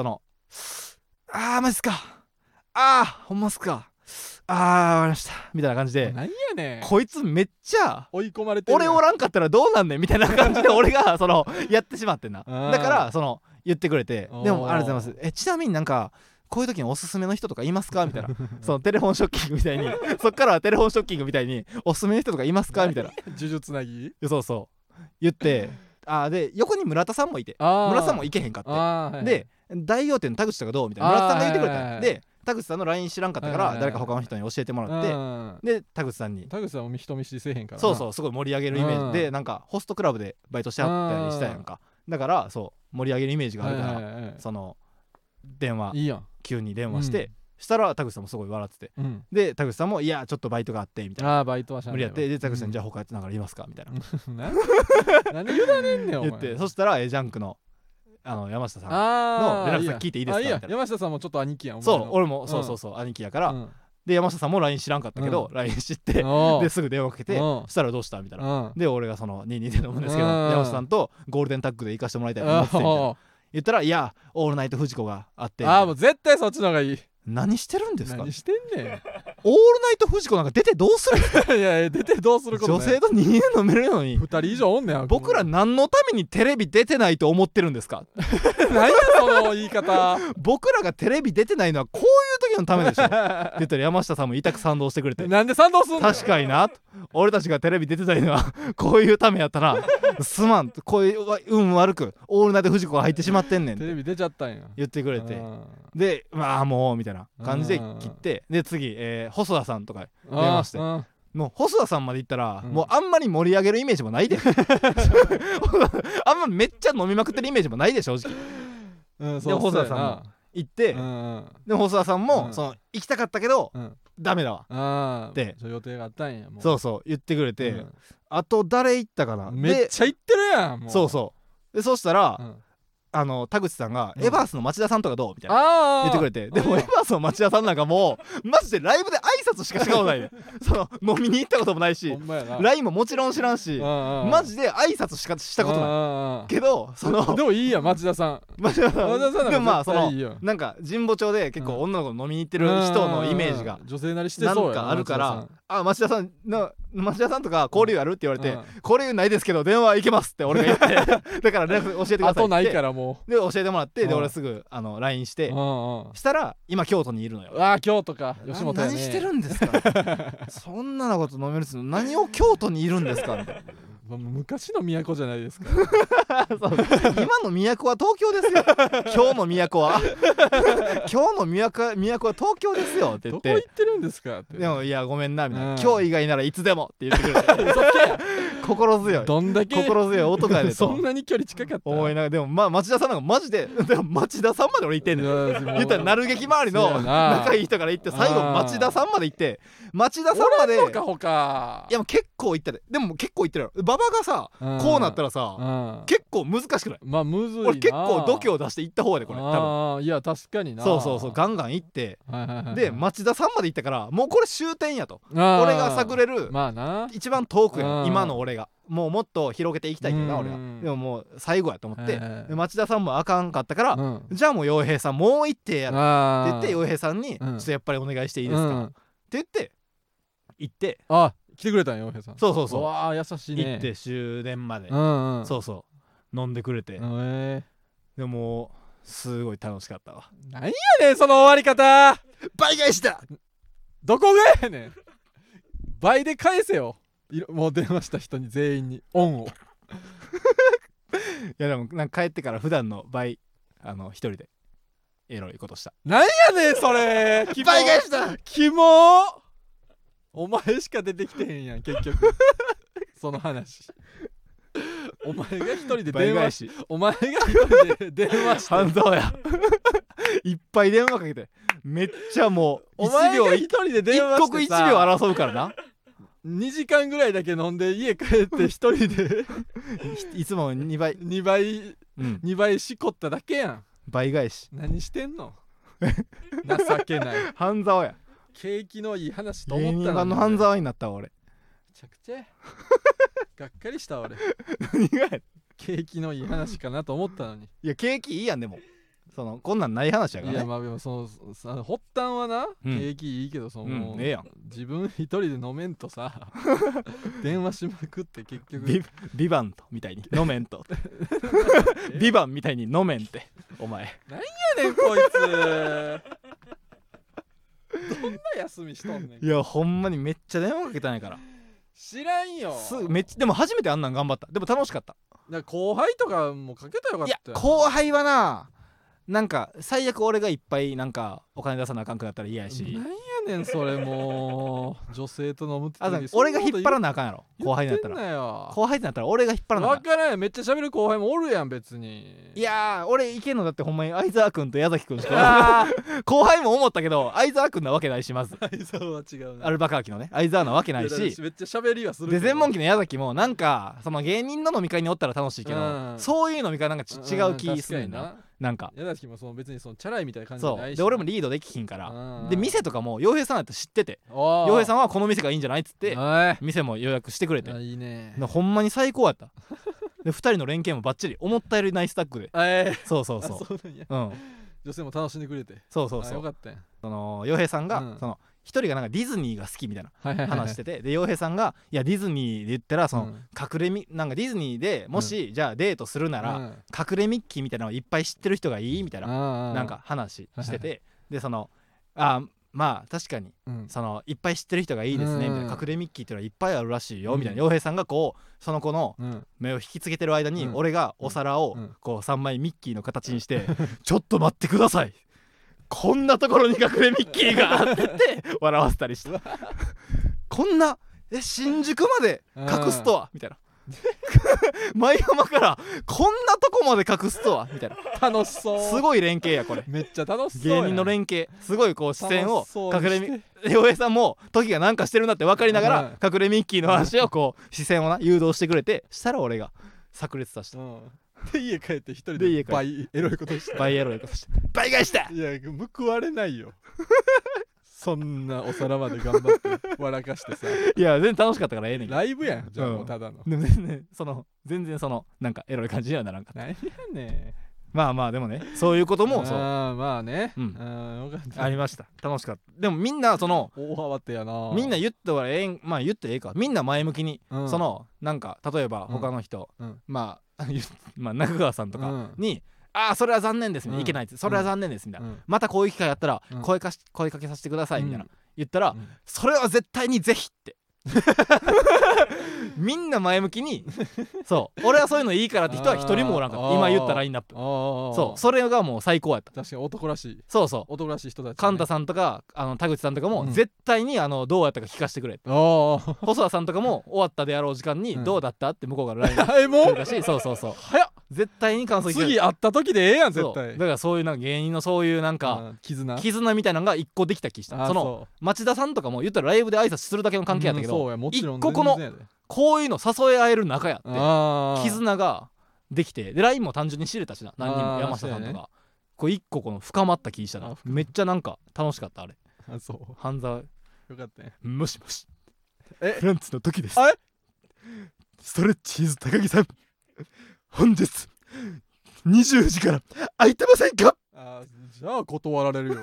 マジっすかほんまっすかわかりましたみたいな感じで、 何やねんこいつめっちゃ追い込まれてる、 俺おらんかったらどうなんねんみたいな感じで俺がやってしまってんな、だから言ってくれて、でもありがとうございます、ちなみになんかこういう時におすすめの人とかいますかみたいなテレフォンショッキングみたいにそっからはテレフォンショッキングみたいにおすすめの人とかいますかみたいな呪術つなぎそう言ってで横に村田さんもいて、村田さんも行けへんかって、で大仰天の田口とかどうみたいな村田さんが言ってくれた、で田口さんの LINE 知らんかったから誰か他の人に教えてもらって、で田口さんも人見知りせえへんからそうすごい盛り上げるイメージで、なんかホストクラブでバイトしてはったりしたやんか、だから盛り上げるイメージがあるから、電話急に電話してしたら田口さんもすごい笑ってて、で田口さんもいやちょっとバイトがあってみたいな、 バイトは無理やって、で田口さんじゃあ他やってなんかいますかみたいな何委ねんねんお前言って、そしたらジャンクの山下さんの連絡先聞いていいですかみたいな。 山下さんもちょっと兄貴やん。 そう俺もそう兄貴やから、で山下さんも LINE 知らんかったけど、LINE 知ってですぐ電話かけて、そしたらどうしたみたいな、で俺がその22で飲むんですけど、山下さんとゴールデンタッグで行かしてもらいたいと思ってみたいな言ったら、いやオールナイトフジコがあって、 もう絶対そっちの方がいい。 何してるんですか。 何してんねん。 オールナイトフジコなんか出てどうするんですか。 いや出てどうすること女性と2人飲めるのに 2人以上おんねん。 僕ら何のためにテレビ出てないと思ってるんですか。 何やその言い方。 僕らがテレビ出てないのはこういう時のためでしょって言ったら山下さんも痛く賛同してくれて、 なんで賛同すんの。 確かにな、俺たちがテレビ出てないのはこういうためやったな、すまん、こういう運悪くオールナイトフジコが入ってしまってんねんテレビ出ちゃったんや言ってくれて、でまあもうみたいな感じで切って、で次、細田さんとか電話して、もう細田さんまで行ったら、もうあんまり盛り上げるイメージもないであんまめっちゃ飲みまくってるイメージもないで正直、でも細田さんも行って、でも細田さんも、その行きたかったけど、ダメだわって予定があったんやもう。 そう言ってくれて、あと誰行ったかな、 めっちゃ行ってるやんもう。 でそうしたら、田口さんが、エバースの町田さんとかどうみたいな言ってくれて、でもエバースの町田さんなんかもうマジでライブで挨拶しかしたことないねその飲みに行ったこともないし、LINE ももちろん知らんし、マジで挨拶しかしたことないけど、そのでもいいや町田さんでもまあそのなんか神保町で結構女の子飲みに行ってる人のイメージが女性なりしてそうやなんかあるから、町田さんとか交流あるって言われて、交流ないですけど電話行けますって俺が言ってだから連絡教えてくださいってあとないからもうで教えてもらって、で俺すぐLINE してしたら今京都にいるのよ。 京都か吉本やね。 何してるんですかそんなこと飲めるっつうの何を京都にいるんですかみたいな昔の都じゃないですか今の都は東京ですよ今日の都は今日の都は東京ですよって言って、 どこ行ってるんですかって。 でもいやごめんなみたいな、今日以外ならいつでもって言ってくれて心強い、 どんだけ心強い男やでとそんなに距離近かった思いながら、でも町田さんなんかマジででも町田さんまで俺行ってんねん言ったらなる劇周りの仲いい人から行って、最後町田さんまで行って、町田さんまでいやもう結構行ったで、でも結構行ってるやろ、馬場がさこうなったらさ結構難しくない。 まあむずいな。 俺結構度胸出して行った方やでこれ多分。 いや確かにな。 そうガンガン行って、で町田さんまで行ったからもうこれ終点やと、俺が探れる一番遠くや今の俺がもうもっと広げていきたいけどな俺は。でももう最後やと思って、町田さんもあかんかったから、じゃあもう洋平さんもう行ってやって言って、洋平さんにちょっとやっぱりお願いしていいですかって言って行って、 来てくれたんよ洋平さん。 そうわあ優しいね。 行って終電までそう飲んでくれて、でもすごい楽しかったわ。 なんやねんその終わり方倍返しだ。 どこがやねん倍で返せよもう電話した人に全員にオンをいやでもなんか帰ってから普段の倍一人でエロいことした。 なんやねんそれ倍返しだ。 キモお前しか出てきてへんやん結局その話お前が一人で電話しお前が一人で電話して半蔵やいっぱい電話かけてめっちゃもうお前が一人で電話してさ一刻一秒争うからな 2時間ぐらいだけ飲んで家帰って一人でいつも2倍 2倍しこっただけやん。 倍返し何してんの情けない半沢や。 景気のいい話と思ったのに芸人版の半沢になったわ俺。 めちゃくちゃがっかりした俺何がや。 景気のいい話かなと思ったのに。 いや景気いいやん。でもこんなんない話やからね。 いやまあでもその発端はな、景気いいけどええやん自分一人で飲めんとさ電話しまくって結局ビバントみたいに飲めんとビバンみたいに飲めんってお前なんやねんこいつどんな休みしとんねん。 いやほんまにめっちゃ電話かけたんやから知らんよ。 めっちゃでも初めてあんなん頑張った。でも楽しかった。 だから後輩とかもかけたらよかったよ。 いや後輩はななんか最悪俺がいっぱいなんかお金出さなあかんくなったら嫌やし。 なんやねんそれ。もう女性と飲むって時俺が引っ張らなあかんやろ後輩になったら。後輩になったら俺が引っ張らなあかん。 分からんよ、めっちゃ喋る後輩もおるやん別に。 いやー俺いけんのだってほんまに相沢君と矢崎君しか後輩も思ったけど相沢君なわけないし、まず相沢は違うな、 アルバカーキのね相沢なわけないし、 めっちゃ喋りはするで全問記の矢崎もなんかその芸人の飲み会におったら楽しいけど、そういう飲み会なんか違う気するんな。なんか矢崎もその別にそのチャラいみたいな感じじゃないし、 そうで俺もリードできひんから。で店とかも洋平さんだって知ってて、洋平さんはこの店がいいんじゃないっつって店も予約してくれて、 いいね、 ほんまに最高やった。で2人の連携もバッチリ、思ったよりナイスタッグで、そうそうそう、 女性も楽しんでくれて、 そうそうそう、 よかったやん。 その洋平さんがその一人がなんかディズニーが好きみたいな話してて、で洋平さんがいやディズニーで言ったらその隠れみなんかディズニーでもしじゃあデートするなら隠れミッキーみたいなのをいっぱい知ってる人がいいみたいななんか話してて、でそのまあ確かにそのいっぱい知ってる人がいいですねみたいな、隠れミッキーっていうのはいっぱいあるらしいよみたいな、洋平さんがこうその子の目を引きつけてる間に俺がお皿をこう3枚ミッキーの形にしてちょっと待ってください、こんなところに隠れミッキーがって言って笑わせたりしてこんな新宿まで隠すとはみたいな舞浜からこんなとこまで隠すとはみたいな、 楽しそう、 すごい連携やこれ、 めっちゃ楽しそうや、 芸人の連携すごいこう視線を隠れみ洋平さんも時がなんかしてるなって分かりながら隠れミッキーの話をこう視線をな誘導してくれて、したら俺が炸裂させた、 で家帰って一人で倍エロいことして倍エロいことして倍返した。 いや報われないよそんなお皿まで頑張って笑かしてさいや全然楽しかったからええねん。 ライブやんじゃあもうただの、 全然そのなんかエロい感じにはならんかった。 何やねまあまあでもねそういうこともそうまあね、よかったありました。楽しかった。でもみんなその大慌てやな、 みんな言ってはまあ言ってええか、みんな前向きに、そのなんか例えば他の人、まあ中川さんとかに、それは残念ですね、いけないです、それは残念ですみたいな、またこういう機会あったら声かけさせてくださいみたいな言ったら、それは絶対にぜひってみんな前向きにそう俺はそういうのいいからって人は一人もおらんかった。今言ったラインナップ、そうそれがもう最高やった。 確かに男らしい、 そうそう男らしい人たち、 カンタさんとか田口さんとかも絶対にどうやったか聞かせてくれって、細田さんとかも終わったであろう時間にどうだったって向こうからラインくれたし、そうそうそう早っ、絶対に感想次会った時でええやん絶対。 だからそういうなんか芸人のそういうなんか絆みたいなのが一個できた気した。その町田さんとかも言ったらライブで挨拶するだけの関係やったけど、一個このこういうの誘い合える仲やって絆ができて、で LINE も単純に知れたしな、何人も山下さんとかこう一個この深まった気したな。めっちゃなんか楽しかったあれ。 そう半沢よかったね。 もしもしフランツの時です。ストレッチーズ高木さん本日20時から空いてませんか。 じゃあ断られるよ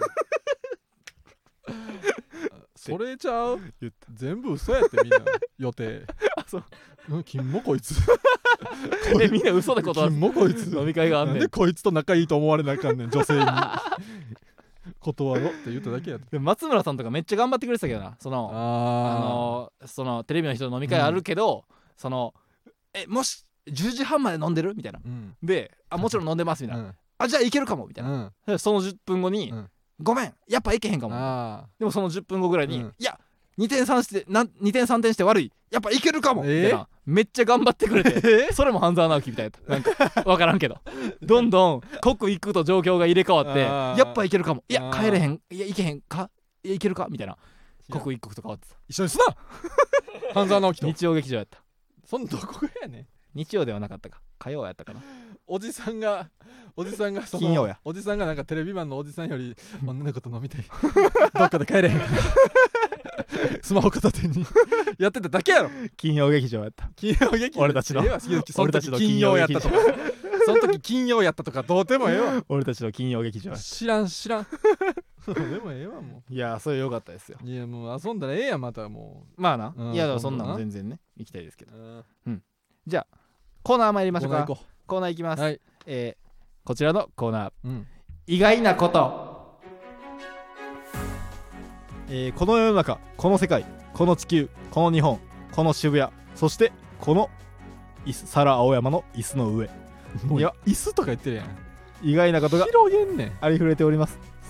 それちゃう、全部嘘やってみんな予定そう金もこいつみんな嘘で断る。 金もこいつ飲み会があんねん。 なんでこいつと仲いいと思われなあかんねん女性に断ろうって言っただけやで。 松村さんとかめっちゃ頑張ってくれてたけどな、そのテレビの人の飲み会あるけど、そのもし10時半まで飲んでるみたいな、でもちろん飲んでますみたいな、じゃあいけるかもみたいな、その10分後に、ごめんやっぱいけへんかも。でもその10分後ぐらいに、いや2点3点して悪いやっぱいけるかもみたいな、めっちゃ頑張ってくれてそれも半沢直樹みたいな、なんか分からんけどどんどん刻一刻と状況が入れ替わってやっぱいけるかも、いや帰れへん、いやいけへんか、いやいけるかみたいな、刻一刻と変わってた。 一緒にすな半沢直樹と日曜劇場やった。 そんどこがやねん。 日曜ではなかったか火曜やったかな。 おじさんが金曜や。 おじさんがなんかテレビマンのおじさんより女の子と飲みたいどっかで帰れへんスマホ片手にやってただけやろ。 金曜劇場やった。 金曜劇場俺たちの金曜やったとかその時金曜やったとかどうでもええわ俺たちの金曜劇場知らんでもええわもう。いやそれ良かったですよ。 いやもう遊んだらええやんまたもうまあな、いやでもそんなんも全然ね行きたいですけど、じゃあコーナー参りましょうか。コーナー行きます。こちらのコーナー、意外なこと。この世の中、この世界、この地球、この日本、この渋谷、そしてこの皿青山の椅子の上、 いや椅子とか言ってるやん。 意外なことが広げんねんありふれております。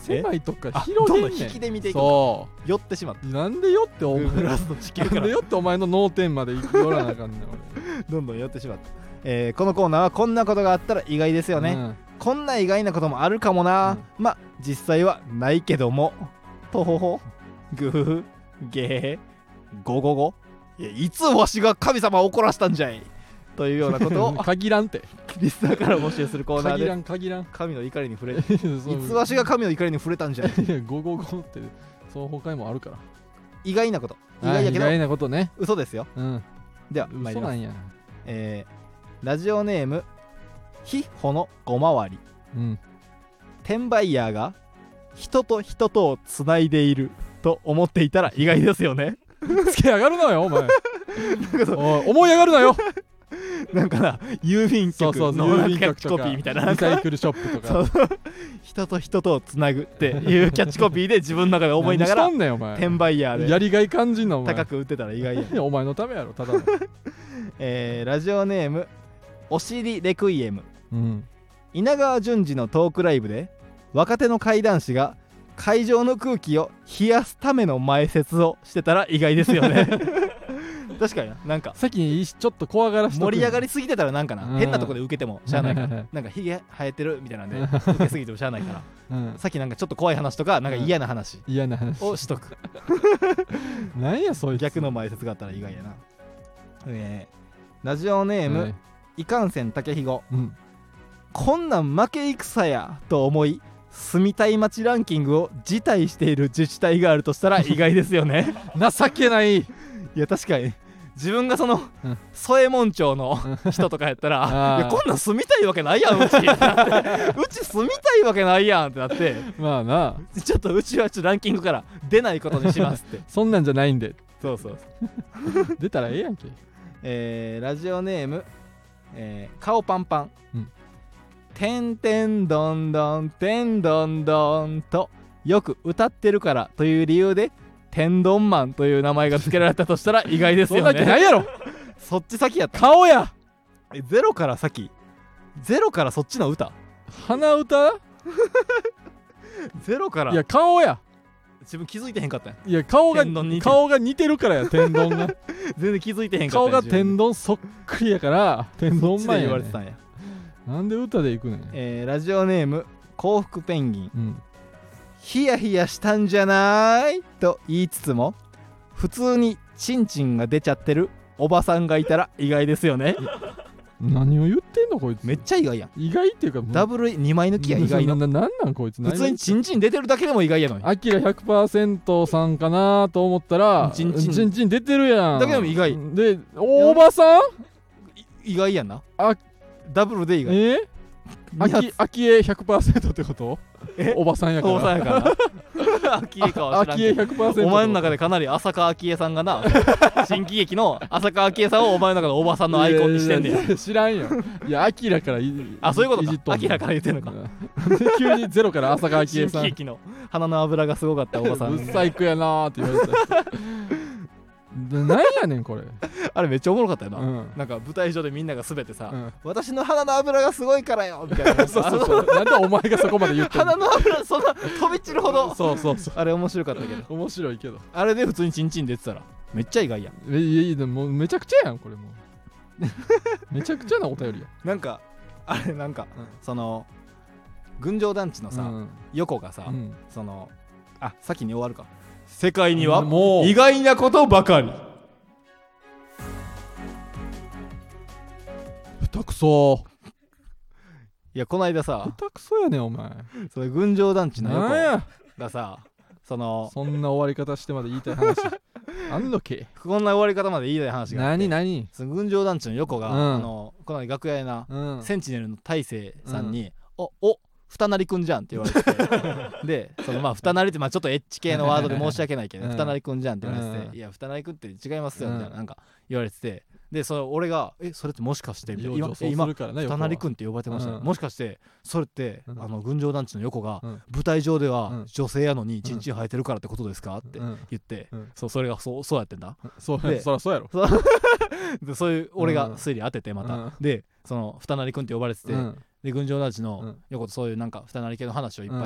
狭いとこから広げんねん。 どんどん引きで見ていく。 そう寄ってしまった。 なんでよってお前 Google Earth の地球からなんでよってお前の脳天まで寄らなあかんねん俺どんどん寄ってしまった。このコーナーはこんなことがあったら意外ですよね、こんな意外なこともあるかもな、まあ実際はないけどもとほほグーゲーゴゴゴいつわしが神様を怒らしたんじゃいというようなことを限らんてリスナーから募集するコーナーで限らん神の怒りに触れいつわしが神の怒りに触れたんじゃいゴゴゴってその他にもあるから意外なこと意外やけど意外なことね嘘ですよ、では嘘なんやラジオネームひほのごまわり、転売ヤーが人と人とをつないでいると思っていたら意外ですよねつけ上がるなよお前思い上がるなよなんかな郵便局のなんかキャッチコピーみたいなリサイクルショップとか人と人とをつなぐっていうキャッチコピーで自分の中で思いながら転売ヤーでやりがい感じんの高く売ってたら意外やお前のためやろただのラジオネームおしりレクイエム、稲川淳二のトークライブで若手の怪談師が会場の空気を冷やすための前説をしてたら意外ですよね確かになんか先にちょっと怖がらしとく盛り上がりすぎてたらなんかな、変なとこで受けてもしゃあないからなんかひげ生えてるみたいなんで受けすぎてもしゃあないから、さっきなんかちょっと怖い話とかなんか嫌な話をしとくなんやそいつ逆の前説があったら意外やな。ラジオネーム、いかんせんたけひご、こんなん負け戦やと思い住みたい街ランキングを辞退している自治体があるとしたら意外ですよね情けないいや確かに自分がその添右衛門町の人とかやったらいやこんなん住みたいわけないやんうちってなってうち住みたいわけないやんってなってまあなちょっとうちはちょっとランキングから出ないことにしますってそんなんじゃないんでそう出たらええやんけラジオネーム、顔パンパン、てんてんどんどんてんどんどんとよく歌ってるからという理由で天丼マンという名前が付けられたとしたら意外ですよね。 そんなわけないやろそっち先やった顔やゼロから先ゼロからそっちの歌鼻歌ゼロからいや顔や自分気づいてへんかったんや。 いや顔が似てるからや天丼が全然気づいてへんかったんや。 顔が天丼そっくりやから天丼マンや、ね、 言われてたんや。 なんで歌でいくねん、ラジオネーム幸福ペンギン、ヒヤヒヤしたんじゃないと言いつつも普通にチンチンが出ちゃってるおばさんがいたら意外ですよね何を言ってんのこいつめっちゃ意外やん。 意外っていうかダブル2枚抜きや意外のなんなんこいつ普通にチンチン出てるだけでも意外やのにアキラ 100% さんかなと思ったらチンチン出てるやんだけでも意外でおばさん意外やんなあダブルで意外アキエ 100% ってことおばさんやからおばさんやからアキエかは知らんけどアキエ 100% お前の中でかなり浅香昭恵さんがな新喜劇の浅香昭恵さんをお前の中のおばさんのアイコンにしてんねん。 知らんよいやアキラからあそういうことかアキラから言ってんのか急にゼロから浅香昭恵さん新喜劇の鼻の油がすごかったおばさんうっさい子やなーって言われたなんやねんこれあれめっちゃおもろかったよな、なんか舞台上でみんなが滑ってさ、私の鼻の油がすごいからよみたいなそうなんでお前がそこまで言ってんの鼻の油そんな飛び散るほどそうあれ面白かったけど面白いけどあれで普通にチンチン出てたらめっちゃ意外やん。 いやでもめちゃくちゃやんこれもうめちゃくちゃなお便りやなんかあれなんか、その群青団地のさ、横がさ、その先に終わるか世界には意外なことばかり下手くそいやこの間さ下手くそやねんお前それ群青団地の横がさそんな終わり方してまで言いたい話あんのけこんな終わり方まで言いたい話があって何その群青団地の横が、この楽屋やな、センチネルの大勢さんに、お二成くんじゃんって言われててでその二成ってちょっとエッチ系のワードで申し訳ないけど、二成くんじゃんって言われてて、いや二成くんって違いますよみたいななんか言われてて、でそれ俺がそれってもしかしてみたいな今二成くんって呼ばれてました、もしかしてそれって群青団地の横が舞台上では女性やのにチンチン生えてるからってことですかって言ってそれがそうやってんだそりゃそうやろでそういう俺が推理当ててまたでその二成くんって呼ばれててで群青団地の横とそういうなんか二成系の話をいっぱい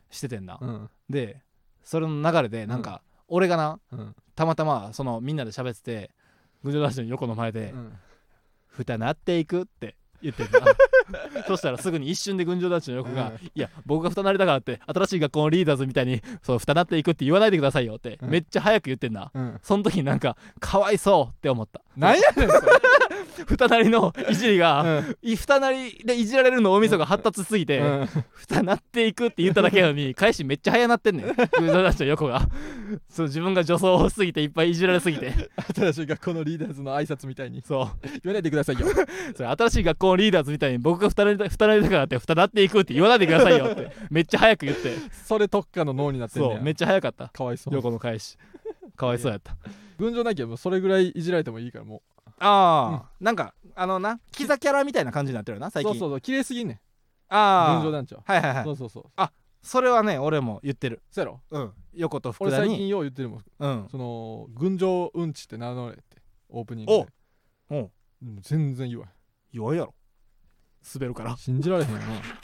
しててんな、 うん、 でそれの流れでなんか、俺がな、 うん、 たまたまそのみんなで喋ってて群青男子の横の前で、蓋なっていくって言ってたそしたらすぐに一瞬で群青団地の横が、いや僕が蓋なりたからって新しい学校のリーダーズみたいにそう蓋なっていくって言わないでくださいよって、めっちゃ早く言ってんな、その時になんかかわいそうって思った。 なんやねんそれ蓋なりのいじりが、蓋なりでいじられるの大晦日が発達しすぎて、蓋なっていくって言っただけなのに返しめっちゃ早なってんねん群青団地の横がそう自分が女装をしすぎていっぱいいじられすぎて新しい学校のリーダーズの挨拶みたいにそう言わないでくださいよそれ新しい学校のリーダーズみたいに僕が蓋なりだからって蓋なっていくって言わないでくださいよってめっちゃ早く言ってそれ特化の脳になってんねや。 そうめっちゃ早かった。 かわいそう。 横の返しかわいそうやった。 群青なきゃもうそれぐらいいじられてもいいからもうなんかキザキャラみたいな感じになってるよな最近。 そう綺麗すぎんねん群群青団長。 はいそうそれはね俺も言ってる。 そうやろ。 横と福田に俺最近よう言ってるもん。その群青うんちって名乗れってオープニングで全然言わんやろ滑るから信じられへんよな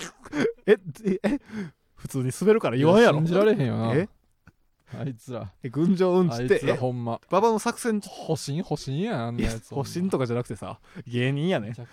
普通に滑るから言わんやろ。 信じられへんよなあいつら。 群青うんちってあいつらほんま馬場の作戦保身やんあんなやつ。 保身とかじゃなくてさ芸人やね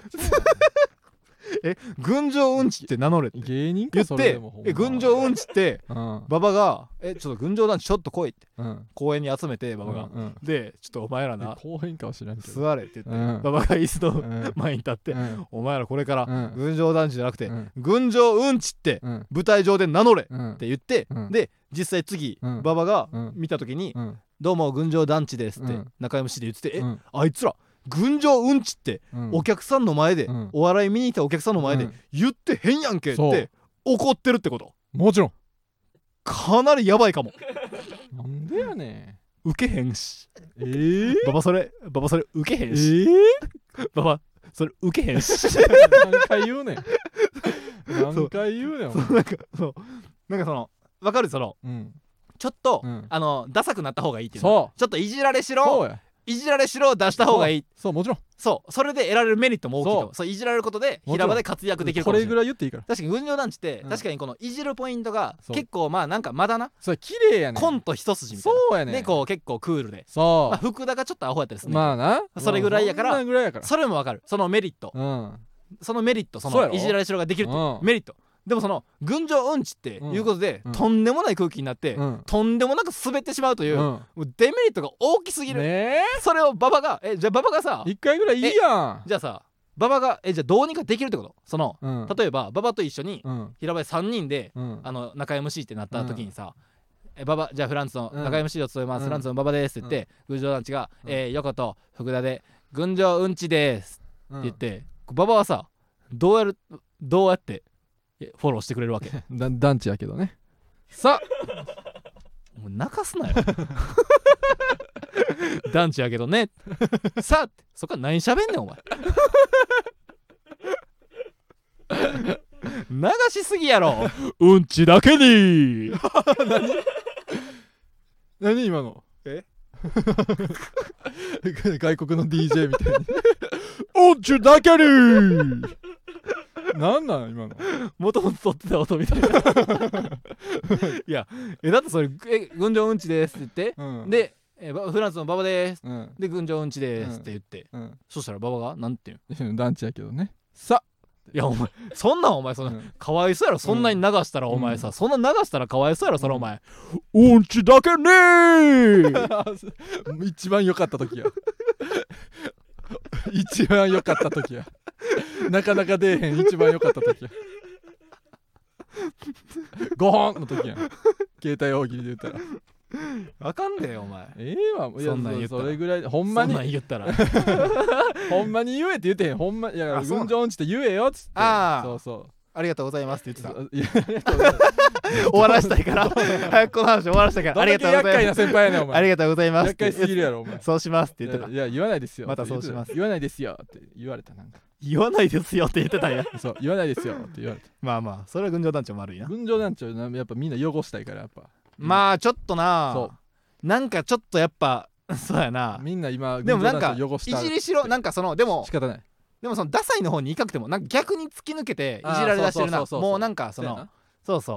群青うんちって名乗れって芸人言っかそれでもほんてま群青うんちって馬場がちょっと群青団地ちょっと来いって公園に集めて馬場がでちょっとお前らな公園かは知らんけど座れって言って馬場が椅子の前に立ってお前らこれから群青団地じゃなくて群青うんちって舞台上で名乗れって言ってで実際次馬場が見た時にどうも群青団地ですって中 MC で言っててあいつら群青うんちってお客さんの前でお笑い見に来たお客さんの前で言ってへんやんけって怒ってるってこと。 もちろんかなりやばいかも。 なんでやねんウケへんしババそれウケへんしババそれウケへんし何回言うねん何回言うねんなんかその分かるそのちょっとダサくなった方がいいっていうのちょっといじられしろを出した方がいい。 そうもちろんそれで得られるメリットも大きいと。そういじられることで平場で活躍できるかもしれない。 これぐらい言っていいから。 確かに群青団地って確かにこのいじるポイントが結構まあなんかまだなそう綺麗やねコント一筋みたいな。 そうやねでこう結構クールでそう福田がちょっとアホやったりするまあなそれぐらいやからそれもわかる。そのメリットそのいじられしろができるってメリット。でもその群青うんちっていうことでとんでもない空気になってとんでもなく滑ってしまうというデメリットが大きすぎる。それを馬場がじゃあ馬場がさ一回ぐらいいいやん。 じゃあさ馬場がじゃあどうにかできるってこと。その例えば馬場と一緒に平場で3人で中 MC ってなった時にさ馬場じゃあフランスの中 MC を務めますフランスの馬場ですって言って群青団地が横と福田で群青うんちですって言って馬場はさどうやってフォローしてくれるわけ団地やけどね。さもう泣かすなよ団地やけどねさあそっから何喋んねんお前流しすぎやろうんちだけに何今の外国の DJ みたいにうんちだけになんなん今のもともと撮ってた音みたいないやだってそれ群青うんちですって言って、でフランスの馬場です、で群青うんちですって言って、そしたら馬場がなんて言う団地やけどね。さいやお前そんなんお前そんなかわいそうやろそんなに流したらお前さそんな流したらかわいそうやろそれお前うんちだけねー一番良かった時や一番良かった時やなかなか出えへん一番良かった時や5本の時や携帯大喜利で言ったらあかんでお前わそんなん言ったらそれぐらいほんまにそんなん言ったらほんまに言えって言ってへんほんまいや群青うんちって言えよっつってそうありがとうございますって言ってた終わらしたいから早くこの話終わらしたいからありがとうございます。 厄介な先輩やねんお前。 ありがとうございます。 厄介すぎるやろお前。 そうしますって言ってた。 いや言わないですよ。 またそうします。 言わないですよって言われたなんか。 言わないですよって言ってたんや。 そう言わないですよって言われた。 まあまあそれは群青団長も悪いな。 群青団長やっぱみんな汚したいからやっぱ。 まあちょっとな。なんかちょっとやっぱそうやな。 みんな今でもなんかいじりしろなんかそのでも仕方ない。 でもそのダサいの方にいかくてもなんか逆に突き抜けていじられだしてるな。もうなんかそのそう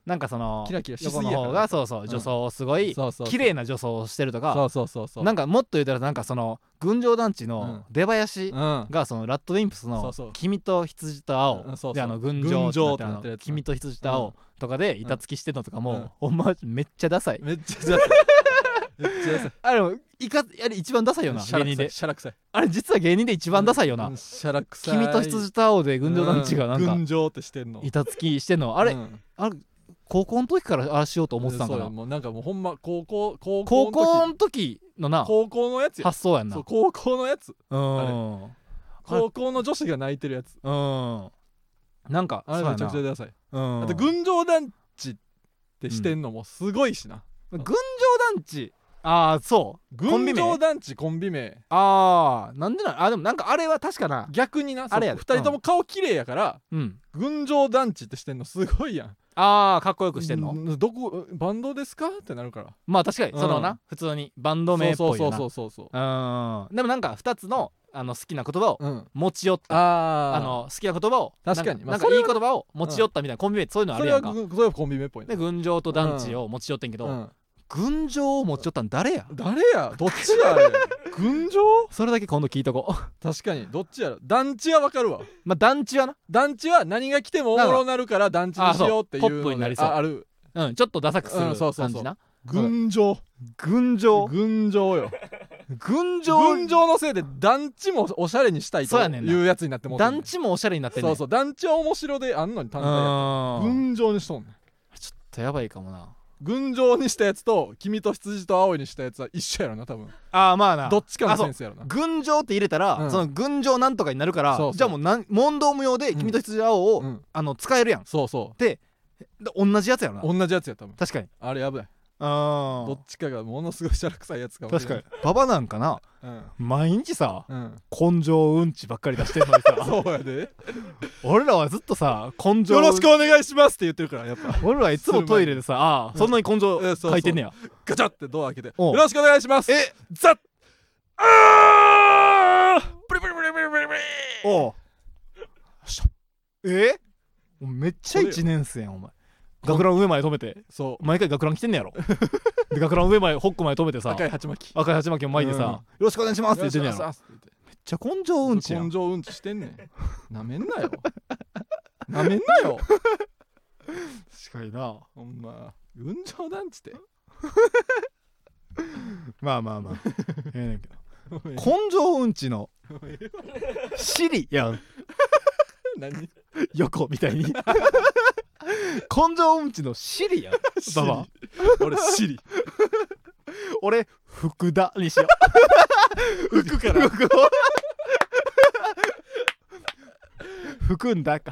なんかそのキラキラしすぎ横の方がそうそう女装すごい綺麗な女装をしてるとか、なんかもっと言ったらなんかその群青団地の出囃子がそのラッドウィンプスの君と羊と青で群青ってなってる君と羊と青とかで板付きしてんのとかもほんまめっちゃダサい。めっちゃダサいあれ一番ダサいよな芸人で。 シャラくさい。 あれ実は芸人で一番ダサいよな。 シャラくさい。 君と羊と青で群青団地がなんか群青ってしてんの板付きしてんのあれ高校の時からああしようと思ってたんかな。 もうなんかもうほんま高校の時のな高校のやつや。 発想やんな。 そう高校のやつ。高校の女子が泣いてるやつ。 なんかあれめちゃくちゃダサい。あと群青団地ってしてんのもすごいしな。 群青団地そう群青団地コンビ名。 なんででもなんかあれは確かな逆になあれや 2人とも顔綺麗やから群青団地ってしてんのすごいやん。 かっこよくしてんの。 どこバンドですかってなるから。 まあ確かにそのな普通にバンド名っぽいよな。 そうでもなんか2つの好きな言葉を持ち寄った好きな言葉を確かになんかいい言葉を持ち寄ったみたいなコンビ名そういうのあるやんか。 それはコンビ名っぽいね。 で群青と団地を持ち寄ってんけど群青を持ち寄ったん誰やどっちやあれ群青それだけ今度聞いとこう。 確かにどっちやろ。団地はわかるわ。 まあ団地はな団地は何が来てもおもろなるから団地にしようっていうポップになりそうある。 ちょっとダサくする感じな。 群青よ。群青のせいで団地もおしゃれにしたいというやつになっても団地もおしゃれになってんねん。 そう団地は面白であんのに単体や群青にしとんねん。 ちょっとやばいかもな。 群青にしたやつと君と羊と青にしたやつは一緒やろな多分。 まあなどっちかのセンスやろな。 群青って入れたらその群青なんとかになるからじゃあもう問答無用で君と羊と青を使えるやん。で同じやつやろな。 同じやつや多分。 確かにあれやばい。どっちかがものすごいシャラくさいやつかもしれない。 確かにババなんかな毎日さ根性うんちばっかり出してんのにさそうやで俺らはずっとさ根性よろしくお願いしますって言ってるからやっぱ俺らいつもトイレでさそんなに根性書いてんねや。 ガチャってドア開けてよろしくお願いしますザップリプリプリプリプリプリめっちゃ1年生やんお前。学ラン上まで止めて毎回学ラン着てんねやろ。で学ラン上までホックまで止めてさ赤い鉢巻きを巻いてさよろしくお願いしますって言ってんねやろ。めっちゃ根性うんちやん。 根性うんちしてんねん。なめんなよなめんなよ確かにな。 ほんま群青団地ってまあねんけど根性うんちの尻やん何横みたいに根性うんちの尻やんババ。 俺尻俺福田にしよう福から含んだか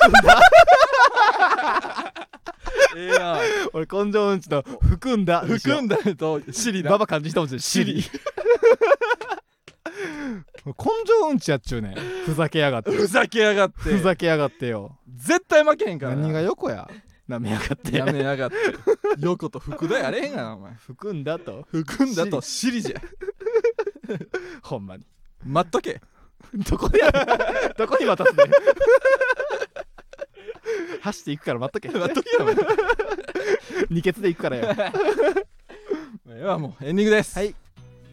俺根性うんちの含んだと尻だ。 ババ漢字一文字で尻根性うんちやっちゅうねん。ふざけやがってよ。 絶対負けへんからな。 何が横やなめやがって横と福田やれへんがなお前。 含んだと尻じゃほんまに待っとけ。 どこに待たすねん走っていくから待っとけよ二ケツで行くからよ。 ではもうエンディングです。 はい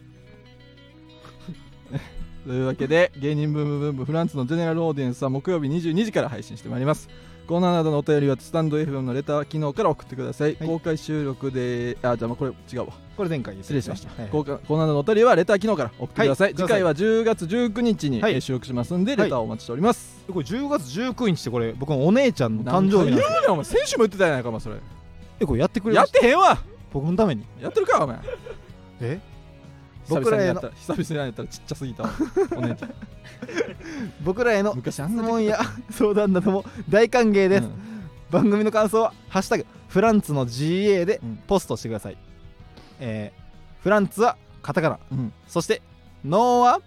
というわけで芸人ブームブームフランツのジェネラルオーディエンスは木曜日22時から配信してまいります。コーナーなどのお便りはスタンド FM のレター機能から送ってください、公開収録でじゃあこれ違うわ、 これ前回失礼しました、コーナーのお便りはレター機能から送ってください、次回は10月19日に、収録しますんでレターをお待ちしております、 これ10月19日ってこれ僕のお姉ちゃんの誕生日なんですよ。お前先週も言ってたやないかお前それ。 これやってくれやってへんわ僕のためにやってるかお前。 僕らへの久々にやったらちっちゃすぎたお姉ちゃん僕らへの質問や相談なども大歓迎です、番組の感想はハッシュタグフランツの GA でポストしてください、フランツはカタカナ、そしてノーは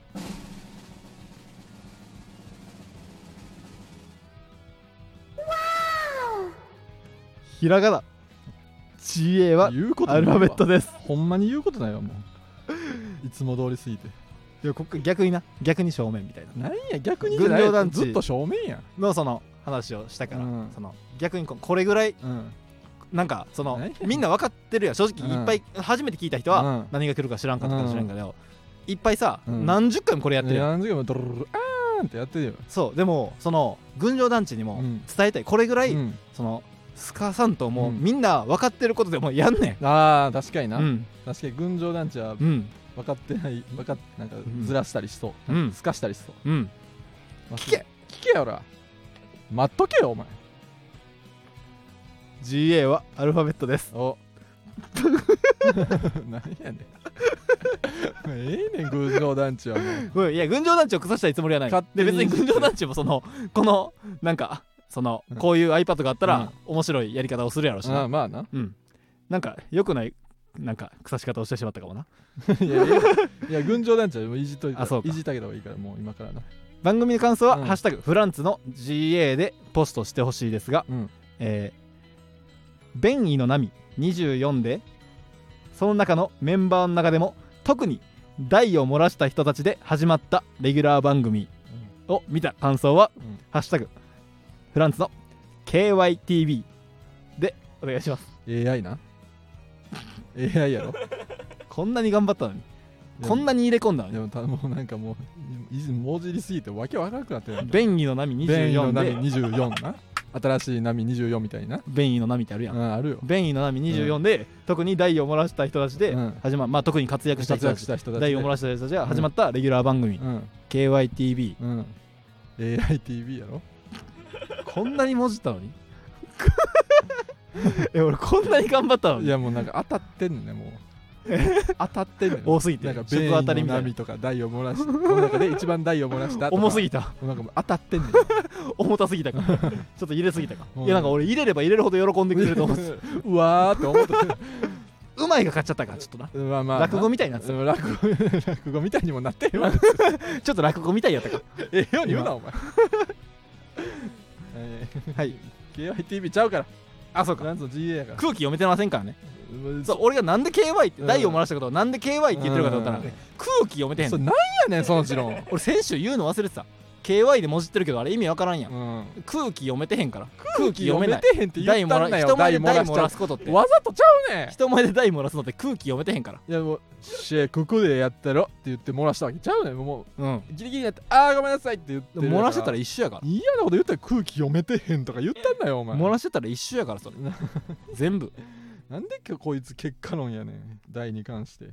ひらがな、 GA はアルファベットです。 ほんまに言うことないわもういつも通りすぎて。 いやここ逆に正面みたいな。 何や逆にじゃない、ずっと正面やのその話をしたから、その逆にこれぐらいなんかその何みんな分かってるやん正直。 うんいっぱい初めて聞いた人はうん何が来るか知らんかったかもしれんけど、いっぱいさ、 うん何十回もこれやってるやん。 何時間もドルルルあーんってやってるよ。 そうでもその群青団地にもうん伝えたい、これぐらい、 うんそのスカさんともううんみんな分かってることでもやんねあー確かにな、 ん。うん確かに群青団地はうん分かってないなんかんずらしたりしそう、 うんすかしたりしそう。 うん。聞け聞けよら待っとけよお前。 GA はアルファベットです。 お何やねんええねん群青団地はもういや群青団地を腐したいつもりはない勝手にで別に群青団地もそのこのなんかそのこういう iPad があったら面白いやり方をするやろしあな。 あまあなうんなんか良くないなんか腐し方をしてしまったかもな。 いや群青団地はもういじっといたあそうかいじってあげた方がいいからもう今からな。 番組の感想は、 うんハッシュタグフランツの GA でポストしてほしいですが、 うん便意の波24でその中のメンバーの中でも特に大を漏らした人たちで始まったレギュラー番組を見た感想は、 うんハッシュタグフランツの KYTV でお願いします。 AI な AI やろ。 こんなに頑張ったのにこんなに入れ込んだのにでももうなんかもう文字りすぎてわけわからなくなってる。 便意の波便意の 24 波で 24な新しい波24みたいにな。 便意の波ってあるやん。 あるよ。 便意の波24で、特に大を漏らした人たちでうん始まる、まあ特に活躍した活人たち躍した人たちで大を漏らした人たちが始まったレギュラー番組、 うん KYTV。 うん AITV やろ。 こんなにもじったのに俺こんなに頑張ったのにいやもうなんか当たってんねんもう当たってんねん多すぎてなんか食便意当たりみたいなの波とか大を漏らしこの中で一番大を漏らしたとか重すぎたなんかもう当たってんねん重たすぎたかちょっと入れすぎたかうんいやなんか俺入れれば入れるほど喜んでくれると思ってうわーって思ってうまいが勝っちゃったからちょっとなまあまあ落語みたいになってたうん落語みたいにもなってるわちょっと落語みたいやったかええように言うなお前はい KYTV ちゃうからあそうかなんと GA やから空気読めてませんからねうんそう俺がなんで KY ってうん大を漏らしたことをなんで KY って言ってるかと思ったらうん空気読めてへんのそれなんやねんその持論俺先週言うの忘れてた KY でもじってるけどあれ意味わからんやんうん空気読めてへんから空気読めないてへんって言大ったんだよ人前で大漏大漏らしちゃらすことってわざとちゃうねん人前で大漏らすのって空気読めてへんからいやもうシェここでやったろって言って漏らしたわけちゃうねんもうんうギリギリやってあーごめんなさいって言ってる漏らしてたら一緒やから嫌なこと言ったら空気読めてへんとか言ったんだよお前漏らしてたら一緒やからそれ全部なんで今日こいつ結果論やねん大に関して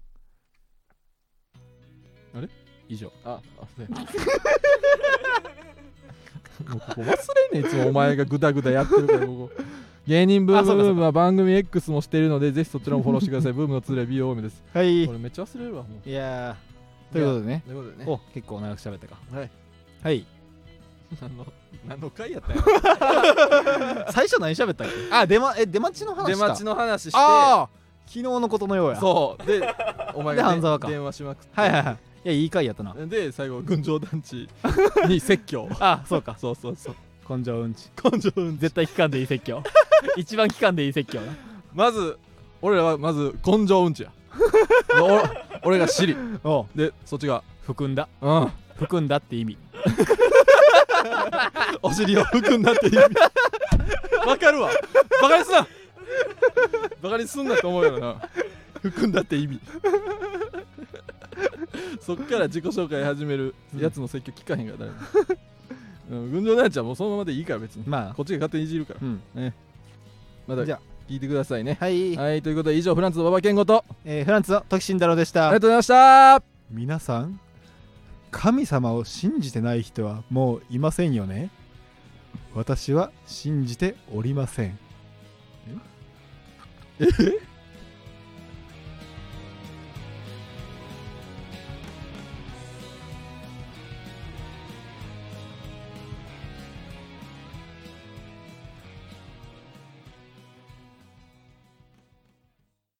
以上あねもうここ忘れんねんいつもお前がグダグダやってるからここ芸人ブームブームは番組 X もしてるのでぜひそちらもフォローしてくださいブームのツーレ BOM ですはいこれめっちゃ忘れるわもういやーということでねということでねお結構長く喋ったかはいはい何の回やったんや最初何喋ったっけあ出待ちの話か出待ちの話してああ昨日のことのようやそうでお前でが、 半沢か電話しまくってはいはいはいいやいい回やったなで最後群青団地に説教あそうかそうそうそう根性うんち根性うん絶対聞かんでいい説教一番聞かんでいい説教なまず俺らはまず根性うんちや俺が尻おうでそっちが含んだうん含んだって意味お尻を含んだって意味わかるわバカにすなバカにすんなと思うよな含んだって意味そっから自己紹介始めるやつの説教聞かへんから誰も群青団地はもうそのままでいいから別にまあこっちが勝手にいじるからうんまだじゃ聞いてくださいねはい、 はいということで以上フランツの馬場健吾とフランツの時慎太郎でしたありがとうございました皆さん神様を信じてない人はもういませんよね。私は信じておりません。